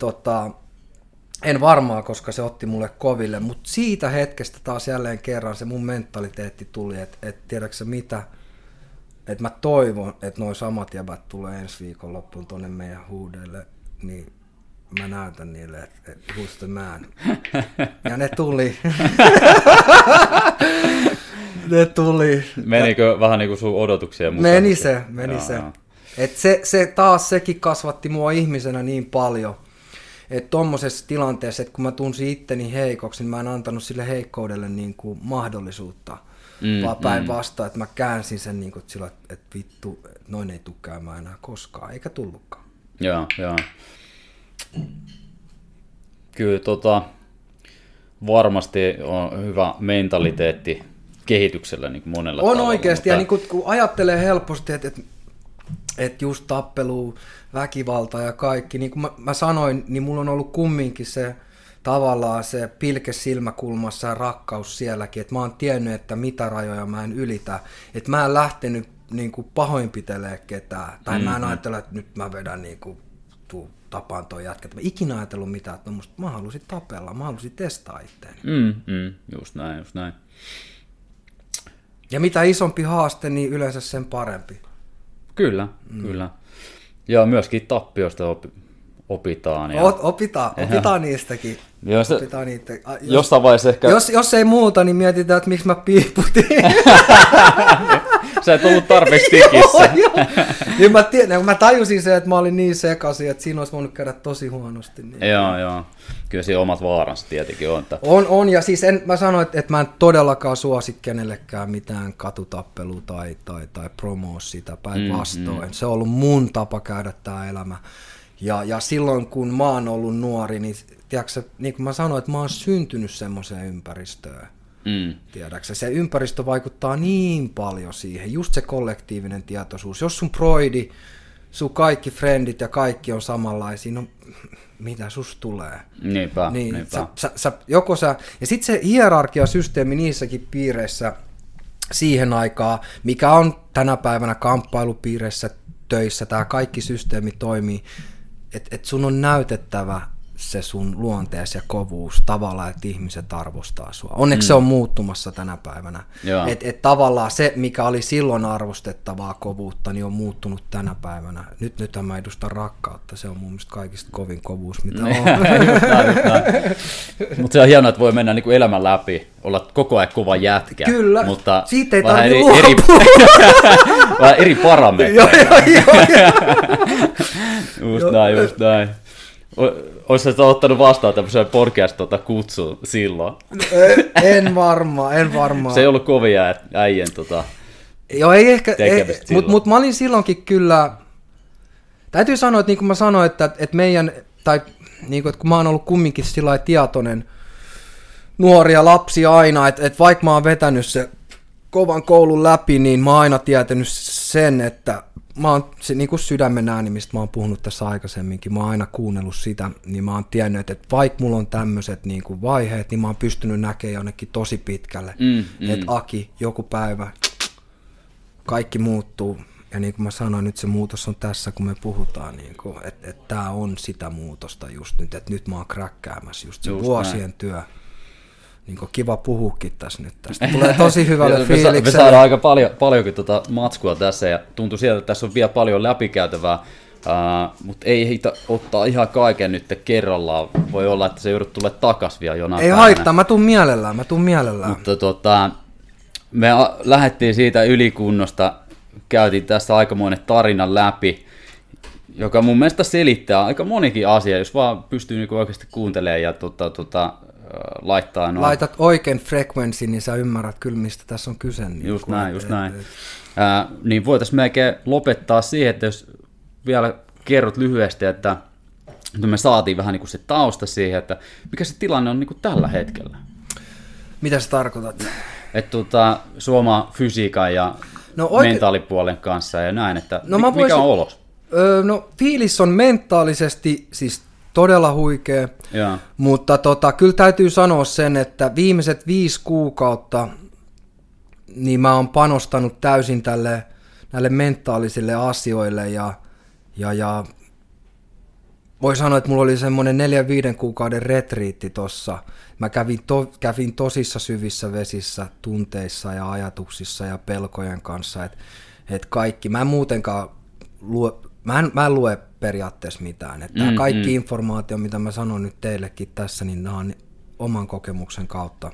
en varmaan, koska se otti mulle koville, mutta siitä hetkestä taas jälleen kerran se mun mentaliteetti tuli, että tiedätkö mitä, että mä toivon, että noi samat jäbät tulee ensi viikonloppuun tonne meidän huudeille, niin mä näytän niille, että who's the man. Ja ne tuli. Ne tuli. Menikö vähän niin kuin sun odotuksia mukaan? Meni se. Et se taas sekin kasvatti mua ihmisenä niin paljon, että tommosessa tilanteessa, että kun mä tunsin itteni heikoksi, niin mä en antanut sille heikkoudelle niin kuin mahdollisuutta, vaan päinvastoin, että mä käänsin sen niin kuin sillä, että vittu, noin ei tule käymään enää koskaan, eikä tullutkaan. Joo. Kyllä varmasti on hyvä mentaliteetti kehityksellä niin kuin monella on tavalla. Oikeasti, mutta... ja niin kun ajattelee helposti, että just tappelu, väkivalta ja kaikki, niin kuin mä sanoin, niin mulla on ollut kumminkin se tavallaan se pilke silmäkulmassa ja rakkaus sielläkin, että mä oon tiennyt, että mitä rajoja mä en ylitä, että mä en lähtenyt niin kuin pahoinpitelemään ketään, tai mä en ajattele, että nyt mä vedän niin kuin, tapaan toi jätkä. Mä ikinä ajatellut mitään, että mä halusin tapella, mä halusin testaa itseäni. Just näin. Ja mitä isompi haaste, niin yleensä sen parempi. Kyllä. Ja myöskin tappioista opitaan. Ja... Opitaan niistäkin. Jossain vaiheessa ehkä... Jos ei muuta, niin mietitään, että miksi mä piiputin. Sä et ollut tarpeeksi tikissä. Joo. Mä tajusin se, että mä olin niin sekaisin, että siinä olisi voinut käydä tosi huonosti. Niin. Joo. Kyllä siinä omat vaaransa tietenkin on. Että... On, ja siis mä sanoin, että mä en todellakaan suosi kenellekään mitään katutappelua tai promoa sitä päinvastoin. Se on ollut mun tapa käydä tää elämä. Ja silloin, kun mä oon ollut nuori, niin tiedätkö, niin kuin mä sanoin, että mä oon syntynyt semmoiseen ympäristöön. Tiedätkö, se ympäristö vaikuttaa niin paljon siihen, just se kollektiivinen tietoisuus. Jos sun broidi, sun kaikki frendit ja kaikki on samanlaisia, no mitä susta tulee? Niinpä. Ja sitten se hierarkiasysteemi niissäkin piireissä siihen aikaan, mikä on tänä päivänä kamppailupiireissä, töissä, tämä kaikki systeemi toimii, että sun on näytettävä se sun luonteesi ja kovuus tavallaan, että ihmiset arvostaa sua. Onneksi se on muuttumassa tänä päivänä. Et tavallaan se, mikä oli silloin arvostettavaa kovuutta, niin on muuttunut tänä päivänä. Nythän mä edustan rakkautta. Se on mun mielestä kaikista kovin kovuus, mitä on. Mutta se on hienoa, että voi mennä niinku elämän läpi, olla koko ajan kova jätkä. Kyllä, mutta siitä ei vähän tarvitse eri parametreja. Just näin. Oletko ottanut vastaan tämmöisen podcast-kutsun silloin? En varmaan. Se ei ollut kovia äijän Joo, ei ehkä, mutta mä olin silloinkin kyllä, täytyy sanoa, että niin kuin mä sanoin, että meidän, tai niin kuin, että kun mä oon ollut kumminkin sillä tietoinen nuoria lapsi aina, että vaikka mä oon vetänyt se kovan koulun läpi, niin mä oon aina tietänyt sen, että mä oon niin kuin sydämen ääni, mistä mä oon puhunut tässä aikaisemminkin, mä oon aina kuunnellut sitä, niin mä oon tiennyt, että vaikka mulla on tämmöiset niin kuin vaiheet, niin mä oon pystynyt näkemään jonnekin tosi pitkälle, että Aki, joku päivä, kaikki muuttuu, ja niin kuin mä sanoin, nyt se muutos on tässä, kun me puhutaan, niin että tää on sitä muutosta just nyt, että nyt mä oon kräkkäämässä just se vuosien työ. Niin kiva puhuukin tässä nyt tästä. Tulee tosi hyvälle fiilikselle. Me saadaan aika paljonkin matskua tässä ja tuntuu sieltä, että tässä on vielä paljon läpikäytävää, mutta ei heitä ottaa ihan kaiken nyt kerrallaan. Voi olla, että se joudut tulla takas vielä jonain päivänä. Ei haittaa, mä tuun mielellään. Mutta me lähdettiin siitä ylikunnosta, käytiin tässä aikamoinen tarina läpi, joka mun mielestä selittää aika monikin asia, jos vaan pystyy niinku oikeasti kuuntelemaan ja laittaa noin. Laitat oikein frekvenssin, niin sä ymmärrät kyllä, mistä tässä on kyse. Niin just näin. Niin voitaisiin melkein lopettaa siihen, että jos vielä kerrot lyhyesti, että me saatiin vähän niin kuin se tausta siihen, että mikä se tilanne on niin kuin tällä hetkellä. Mitä sä tarkoitat? Että Suoma fysiikan ja mentaalipuolen kanssa ja näin, että mikä on olos? Fiilis on mentaalisesti siis todella huikea, mutta kyllä täytyy sanoa sen, että viimeiset 5 kuukautta niin mä oon panostanut täysin näille mentaalisille asioille ja voi sanoa, että mulla oli semmoinen 4-5 kuukauden retriitti tossa. Mä kävin tosissa syvissä vesissä, tunteissa ja ajatuksissa ja pelkojen kanssa, että kaikki. Mä en muutenkaan mä en lue periaatteessa mitään. Että kaikki informaatio, mitä mä sanon nyt teillekin tässä, niin nämä on oman kokemuksen kautta.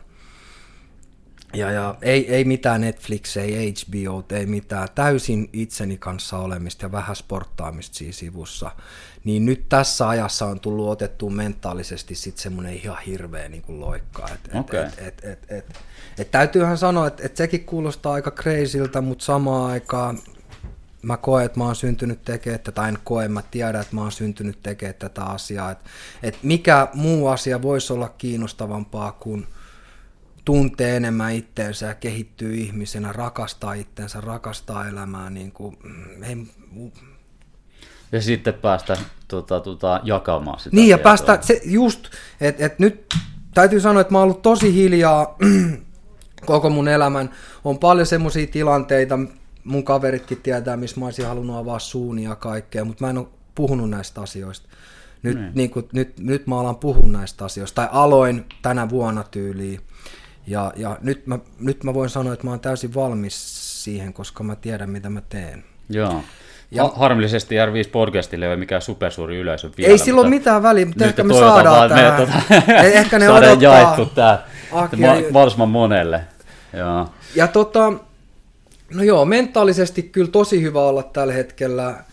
Ja ei mitään Netflix, ei HBO, ei mitään. Täysin itseni kanssa olemista ja vähän sporttaamista siinä sivussa. Niin nyt tässä ajassa on tullut otettua mentaalisesti sitten semmoinen ihan hirveä niin kuin loikka. Täytyyhän sanoa, että sekin kuulostaa aika crazyltä, mutta samaan aikaan mä koen, että mä oon syntynyt tekemään tätä, tai en koe, mä tiedän, että mä oon syntynyt tekemään tätä asiaa. Että mikä muu asia voisi olla kiinnostavampaa kuin tuntee enemmän itteensä ja kehittyy ihmisenä, rakastaa itteensä, rakastaa elämää. Niin kuin, ja sitten päästä jakamaan sitä. Niin, ja päästä, se just, että nyt täytyy sanoa, että mä oon ollut tosi hiljaa koko mun elämän. On paljon semmoisia tilanteita, mun kaveritkin tietää, missä mä olisin halunnut avaa suunia ja kaikkea, mutta mä en ole puhunut näistä asioista. Nyt mä alan puhua näistä asioista, tai aloin tänä vuonna tyyliin. Ja nyt mä voin sanoa, että mä oon täysin valmis siihen, koska mä tiedän, mitä mä teen. Joo. Ja harmillisesti R5-podcastille ei ole mikään supersuuri yleisö vielä. Ei sillä ole mitään väliä, mutta ehkä me saadaan tähän. Ehkä ne saadaan odottaa. Jaettu tää mahdollisimman monelle. Joo. Ja no joo, mentaalisesti kyllä tosi hyvä olla tällä hetkellä.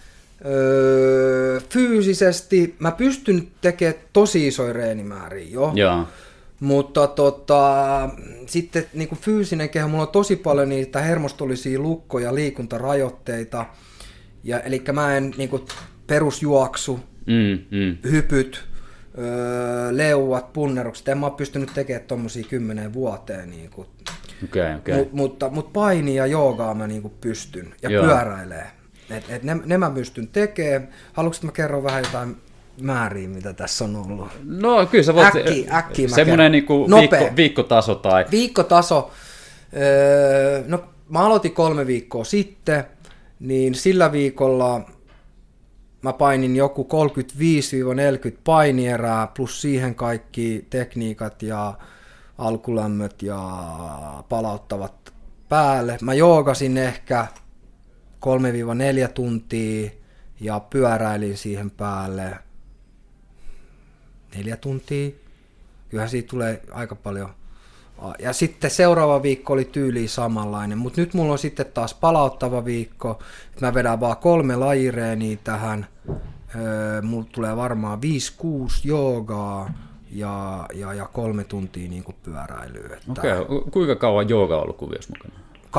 Fyysisesti mä pystyn tekemään tosi isoja reenimääriä jo. Joo. Mutta sitten niin kuin fyysinen keho, mulla on tosi paljon niitä hermostollisia lukkoja, liikuntarajoitteita. Eli mä en niin kuin perusjuoksu, hypyt, leuat, punnerukset, en mä ole pystynyt tekemään tommosia 10 vuoteen. Niin kuin. Okay. Mutta paini ja joogaa mä niin kuin pystyn ja pyöräilee. Ne mä pystyn tekemään. Haluatko, että mä kerron vähän jotain määriä, mitä tässä on ollut? No kyllä sä voit. Äkkiä semmoinen niinku viikkotaso tai... Viikkotaso. No mä aloitin 3 viikkoa sitten, niin sillä viikolla mä painin joku 35-40 painierää, plus siihen kaikki tekniikat ja alkulämmöt ja palauttavat päälle. Mä joogasin ehkä 3-4 tuntia ja pyöräilin siihen päälle 4 tuntia. Kyllähän siitä tulee aika paljon. Ja sitten seuraava viikko oli tyyliin samanlainen, mutta nyt mulla on sitten taas palauttava viikko. Mä vedän vaan 3 lajireeniä tähän. Mulla tulee varmaan 5-6 joogaa ja 3 tuntia niin kuin pyöräilyä. Okei. Kuinka kauan jooga on ollut kuviossa mukana?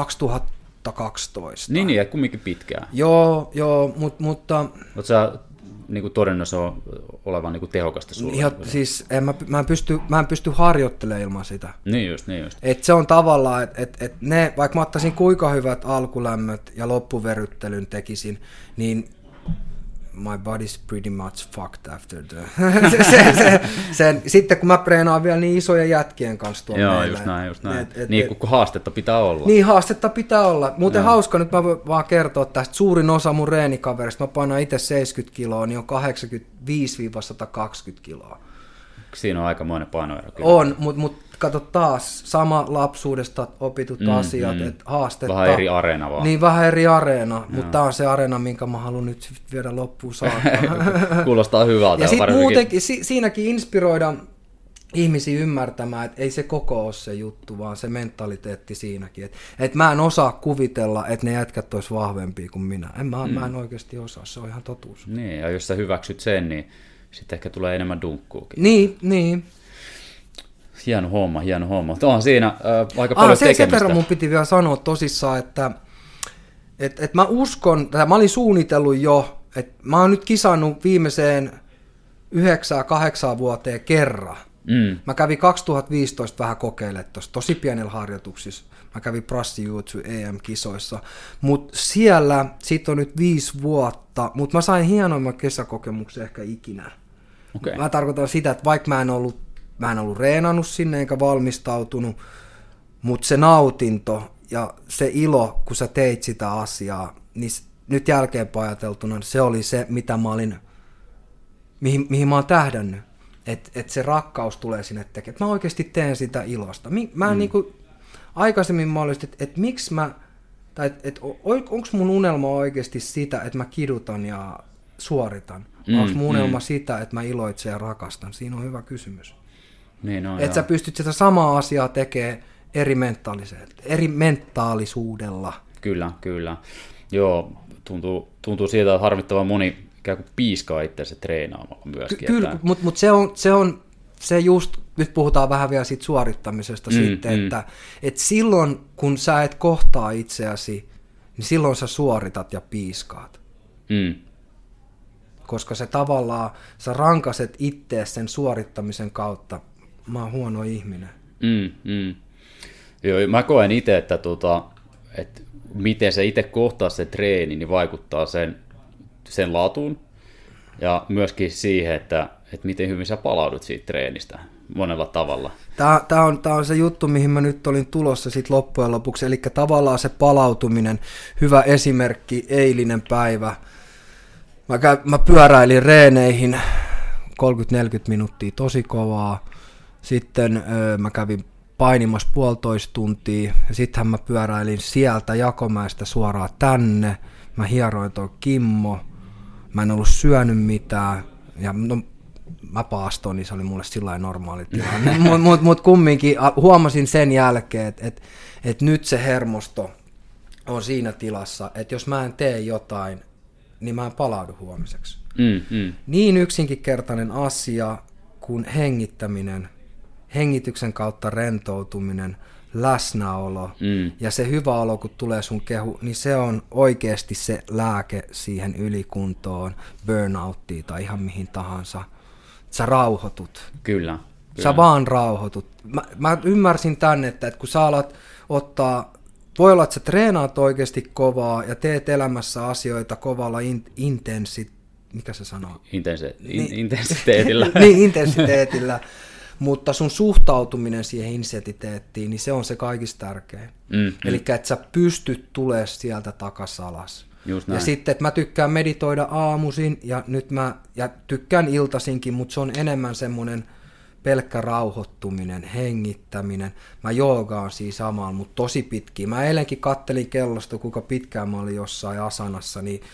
2012. Niin, ja kumminkin pitkään. Joo, mutta... Oletko sä niin kuin todennut se on olevan niin kuin tehokasta sulle? Ja, siis mä en pysty harjoittelemaan ilman sitä. Niin just. Et se on tavallaan, että ne, vaikka mä ottaisin kuinka hyvät alkulämmöt ja loppuverryttelyn tekisin, niin my body's pretty much fucked after the... Sitten kun mä treenaan vielä niin isoja jätkien kanssa tuolla joo, meillä. Just näin. Niin kun haastetta pitää olla. Niin, haastetta pitää olla. Muuten hauska, nyt mä voin vaan kertoa tästä. Suurin osa mun reenikaverista, mä painan itse 70 kiloa, niin on 85-120 kiloa. Siinä on aikamoinen painoero. On, mutta kato taas, sama lapsuudesta opitut asiat, että haastetta. Vähän eri areena vaan. Niin, vähän eri areena, mutta tämä on se areena, minkä mä haluan nyt viedä loppuun saakka. Kuulostaa hyvältä. Ja sitten muutenkin, siinäkin inspiroida ihmisiä ymmärtämään, että ei se koko ole se juttu, vaan se mentaliteetti siinäkin. Että mä en osaa kuvitella, että ne jätkät olisi vahvempia kuin minä. Mä en oikeasti osaa, se on ihan totuus. Niin, ja jos sä hyväksyt sen, niin sitten ehkä tulee enemmän dunkkuukin. Niin. Hieno homma. Onhan siinä aika paljon tekemistä. Sen verran mun piti vielä sanoa tosissaan, että mä uskon, että mä olin suunnitellut jo, että mä oon nyt kisannut viimeiseen 9-8 vuoteen kerran. Mä kävin 2015 vähän kokeilemaan tuossa tosi pienellä harjoituksissa. Mä kävin Brassi Jiu-Jitsu EM-kisoissa, mutta siellä siitä on nyt 5 vuotta, mutta mä sain hienoimman kesäkokemuksen ehkä ikinä. Okay. Mä tarkoitan sitä, että vaikka mä en ollut reenannut sinne enkä valmistautunut, mutta se nautinto ja se ilo, kun sä teit sitä asiaa, niin nyt jälkeenpäin ajateltuna se oli se, mitä mä olin, mihin mä oon tähdännyt. Että se rakkaus tulee sinne tekemään. Mä oikeasti teen sitä ilosta. Niinku, aikaisemmin mä olisin, että miksi mä, tai onko mun unelma oikeasti sitä, että mä kidutan ja suoritan? Onko mun unelma sitä, että mä iloitsen ja rakastan? Siinä on hyvä kysymys. Niin on, että sä pystyt sitä samaa asiaa tekemään eri mentaalisuudella. Kyllä. Joo, tuntuu siitä, että harmittavan moni ikään kuin piiskaa itseänsä treenaamalla myöskin. Kyllä, mutta se just, nyt puhutaan vähän vielä siitä suorittamisesta sitten, että silloin kun sä et kohtaa itseäsi, niin silloin sä suoritat ja piiskaat. Koska se tavallaan, sä rankaset ittees sen suorittamisen kautta. Mä oon huono ihminen. Joo, mä koen itse, että miten se itse kohtaa se treeni, niin vaikuttaa sen laatuun ja myöskin siihen, että miten hyvin sä palaudut siitä treenistä monella tavalla. Tämä on se juttu, mihin mä nyt olin tulossa sit loppujen lopuksi, eli tavallaan se palautuminen, hyvä esimerkki, eilinen päivä. Mä pyöräilin reeneihin 30-40 minuuttia tosi kovaa, sitten mä kävin painimassa 1,5 tuntia, ja sittenhän mä pyöräilin sieltä Jakomäestä suoraan tänne, mä hieroin toi Kimmo, mä en ollut syönyt mitään, ja mä paastoin, niin se oli mulle sillä lailla normaali tilanne, mutta kumminkin huomasin sen jälkeen, että nyt se hermosto on siinä tilassa, että jos mä en tee jotain, niin mä en palaudu huomiseksi. Niin yksinkertainen asia kuin hengittäminen, hengityksen kautta rentoutuminen, läsnäolo ja se hyvä olo, kun tulee sun kehu, niin se on oikeasti se lääke siihen ylikuntoon, burnouttiin tai ihan mihin tahansa. Sä rauhoitut. Kyllä. Sä vaan rauhoitut. Mä ymmärsin tänne, että kun sä alat ottaa, voi olla, että sä treenaat oikeasti kovaa ja teet elämässä asioita kovalla mikä se sanoo? Intensiteetillä. Niin, intensiteetillä. Mutta sun suhtautuminen siihen intensiteettiin, niin se on se kaikista tärkein. Eli että sä pystyt tulemaan sieltä takas alas. Ja sitten, että mä tykkään meditoida aamuisin ja tykkään iltaisinkin, mutta se on enemmän semmoinen pelkkä rauhoittuminen, hengittäminen. Mä joogaan siinä samalla, mutta tosi pitkiä. Mä eilenkin kattelin kellosta, kuinka pitkään mä olin jossain asanassa, niin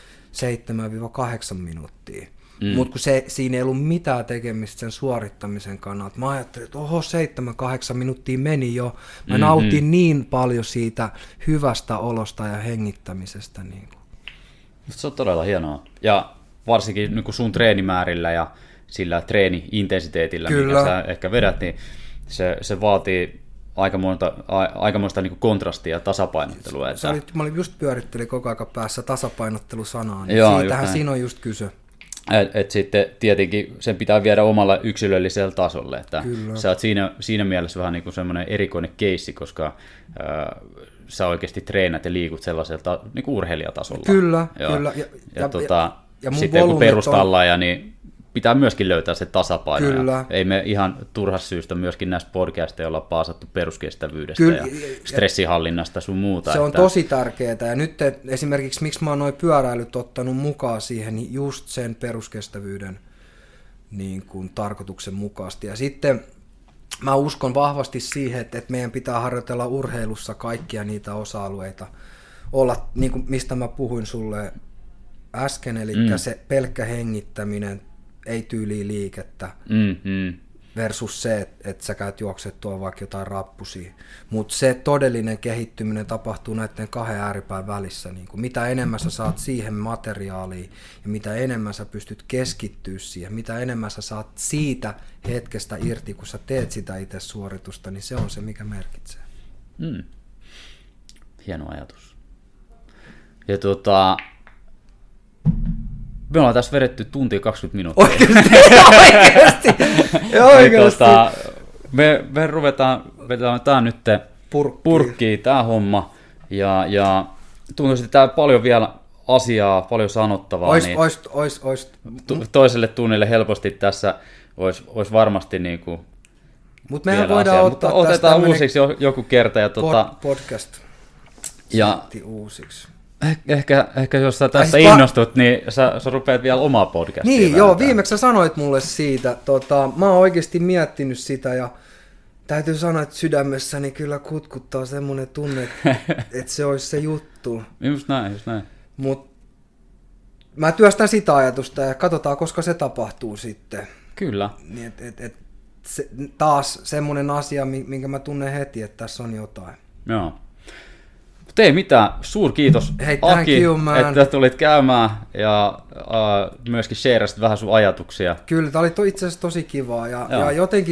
7-8 minuuttia. Mutta kun siinä ei ollut mitään tekemistä sen suorittamisen kannalta, mä ajattelin, että 7-8 minuuttia meni jo. Mä nautin niin paljon siitä hyvästä olosta ja hengittämisestä. Niin. Se on todella hienoa. Ja varsinkin niin kun sun treenimäärillä ja sillä treeni-intensiteetillä, mikä sä ehkä vedät, niin se vaatii aikamoista niin kuin kontrastia ja tasapainottelua. Mä olin just pyörittelin koko aika päässä tasapainottelusanaa, niin siitähän siinä on just kyse. Et sitten tietenkin sen pitää viedä omalla yksilöllisellä tasolle, että sä oot siinä mielessä vähän niin kuin semmoinen erikoinen keissi, koska sä oikeasti treenat ja liikut sellaisella niin kuin urheilijatasolla. Kyllä. Ja sitten kun perustallaaja, niin pitää myöskin löytää se tasapaino. Kyllä. Ei me ihan turhasta syystä myöskin näistä podcasteja olla paasattu peruskestävyydestä ja stressihallinnasta sun muuta. Se on tosi tärkeää. Ja nyt esimerkiksi, miksi mä oon noi pyöräilyt ottanut mukaan siihen, niin just sen peruskestävyyden niin kuin tarkoituksen mukaisesti. Ja sitten mä uskon vahvasti siihen, että meidän pitää harjoitella urheilussa kaikkia niitä osa-alueita. Olla, niin kuin mistä mä puhuin sulle äsken, eli se pelkkä hengittäminen, ei tyyliä liikettä, versus se, että sä käyt juoksettua vaikka jotain rappusia. Mutta se todellinen kehittyminen tapahtuu näiden kahden ääripään välissä. Niin kun mitä enemmän sä saat siihen materiaaliin ja mitä enemmän sä pystyt keskittyä siihen, mitä enemmän sä saat siitä hetkestä irti, kun sä teet sitä itse suoritusta, niin se on se, mikä merkitsee. Hieno ajatus. Ja me ollaan tässä vedetty tuntia 20 minuuttia. Oikeasti. Me ruvetaan vetämään tää nyt purkkiin, tää homma. Ja tuntuu, että tää paljon vielä asiaa, paljon sanottavaa. Toiselle tunnille helposti tässä olisi varmasti niinku mutta mehän voidaan ottaa mutta otetaan uusiksi joku kerta. Ja podcast ja uusiksi. Ehkä jos sä tästä innostut, niin sä rupeat vielä omaa podcastia. Niin, joo, viimeksi sä sanoit mulle siitä. Mä oon oikeasti miettinyt sitä ja täytyy sanoa, että sydämessäni kyllä kutkuttaa semmoinen tunne, että se olisi se juttu. Just näin. Mut mä työstän sitä ajatusta ja katsotaan, koska se tapahtuu sitten. Kyllä. Niin, taas semmoinen asia, minkä mä tunnen heti, että tässä on jotain. Joo. Mutta ei mitään, suurkiitos Aki, että tulit käymään ja myöskin shareasit vähän sun ajatuksia. Kyllä, tämä oli itse asiassa tosi kivaa ja jotenkin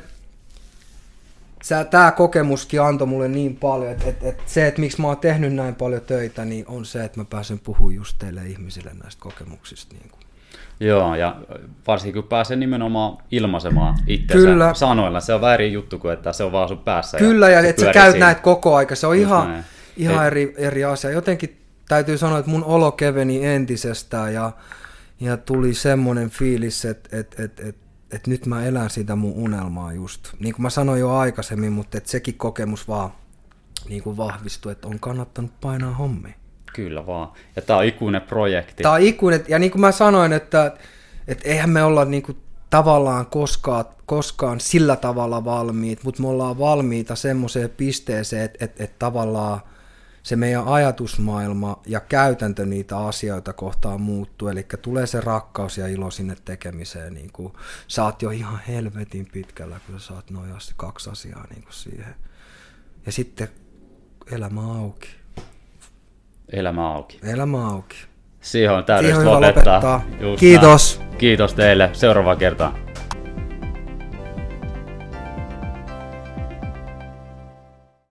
tämä kokemuskin antoi mulle niin paljon, että miksi mä oon tehnyt näin paljon töitä, niin on se, että mä pääsen puhumaan just teille ihmisille näistä kokemuksista. Niin kuin. Joo, ja varsinkin kun pääsee nimenomaan ilmaisemaan itsensä sanoilla, se on väärin juttu kuin että se on vaan sun päässä. Kyllä, ja että sä käyt näitä koko aika, se on ihan eri asia. Jotenkin täytyy sanoa, että mun olo keveni entisestään ja tuli semmoinen fiilis, että nyt mä elän sitä mun unelmaa just. Niin kuin mä sanoin jo aikaisemmin, mutta että sekin kokemus vaan niin kuin vahvistui, että on kannattanut painaa hommia. Kyllä vaan. Ja tää on ikuinen projekti. Tää on ikuinen, ja niin kuin mä sanoin, että eihän me olla niin kuin tavallaan koskaan sillä tavalla valmiit, mutta me ollaan valmiita semmoiseen pisteeseen, että tavallaan se meidän ajatusmaailma ja käytäntö niitä asioita kohtaan muuttuu, eli tulee se rakkaus ja ilo sinne tekemiseen, niin kuin sä oot jo ihan helvetin pitkällä, kun sä saat noin 2 asiaa niin kuin siihen. Ja sitten elämä auki. Elämä auki. Siihen on täydellistä lopettaa. Kiitos. Kiitos teille. Seuraavaan kertaan.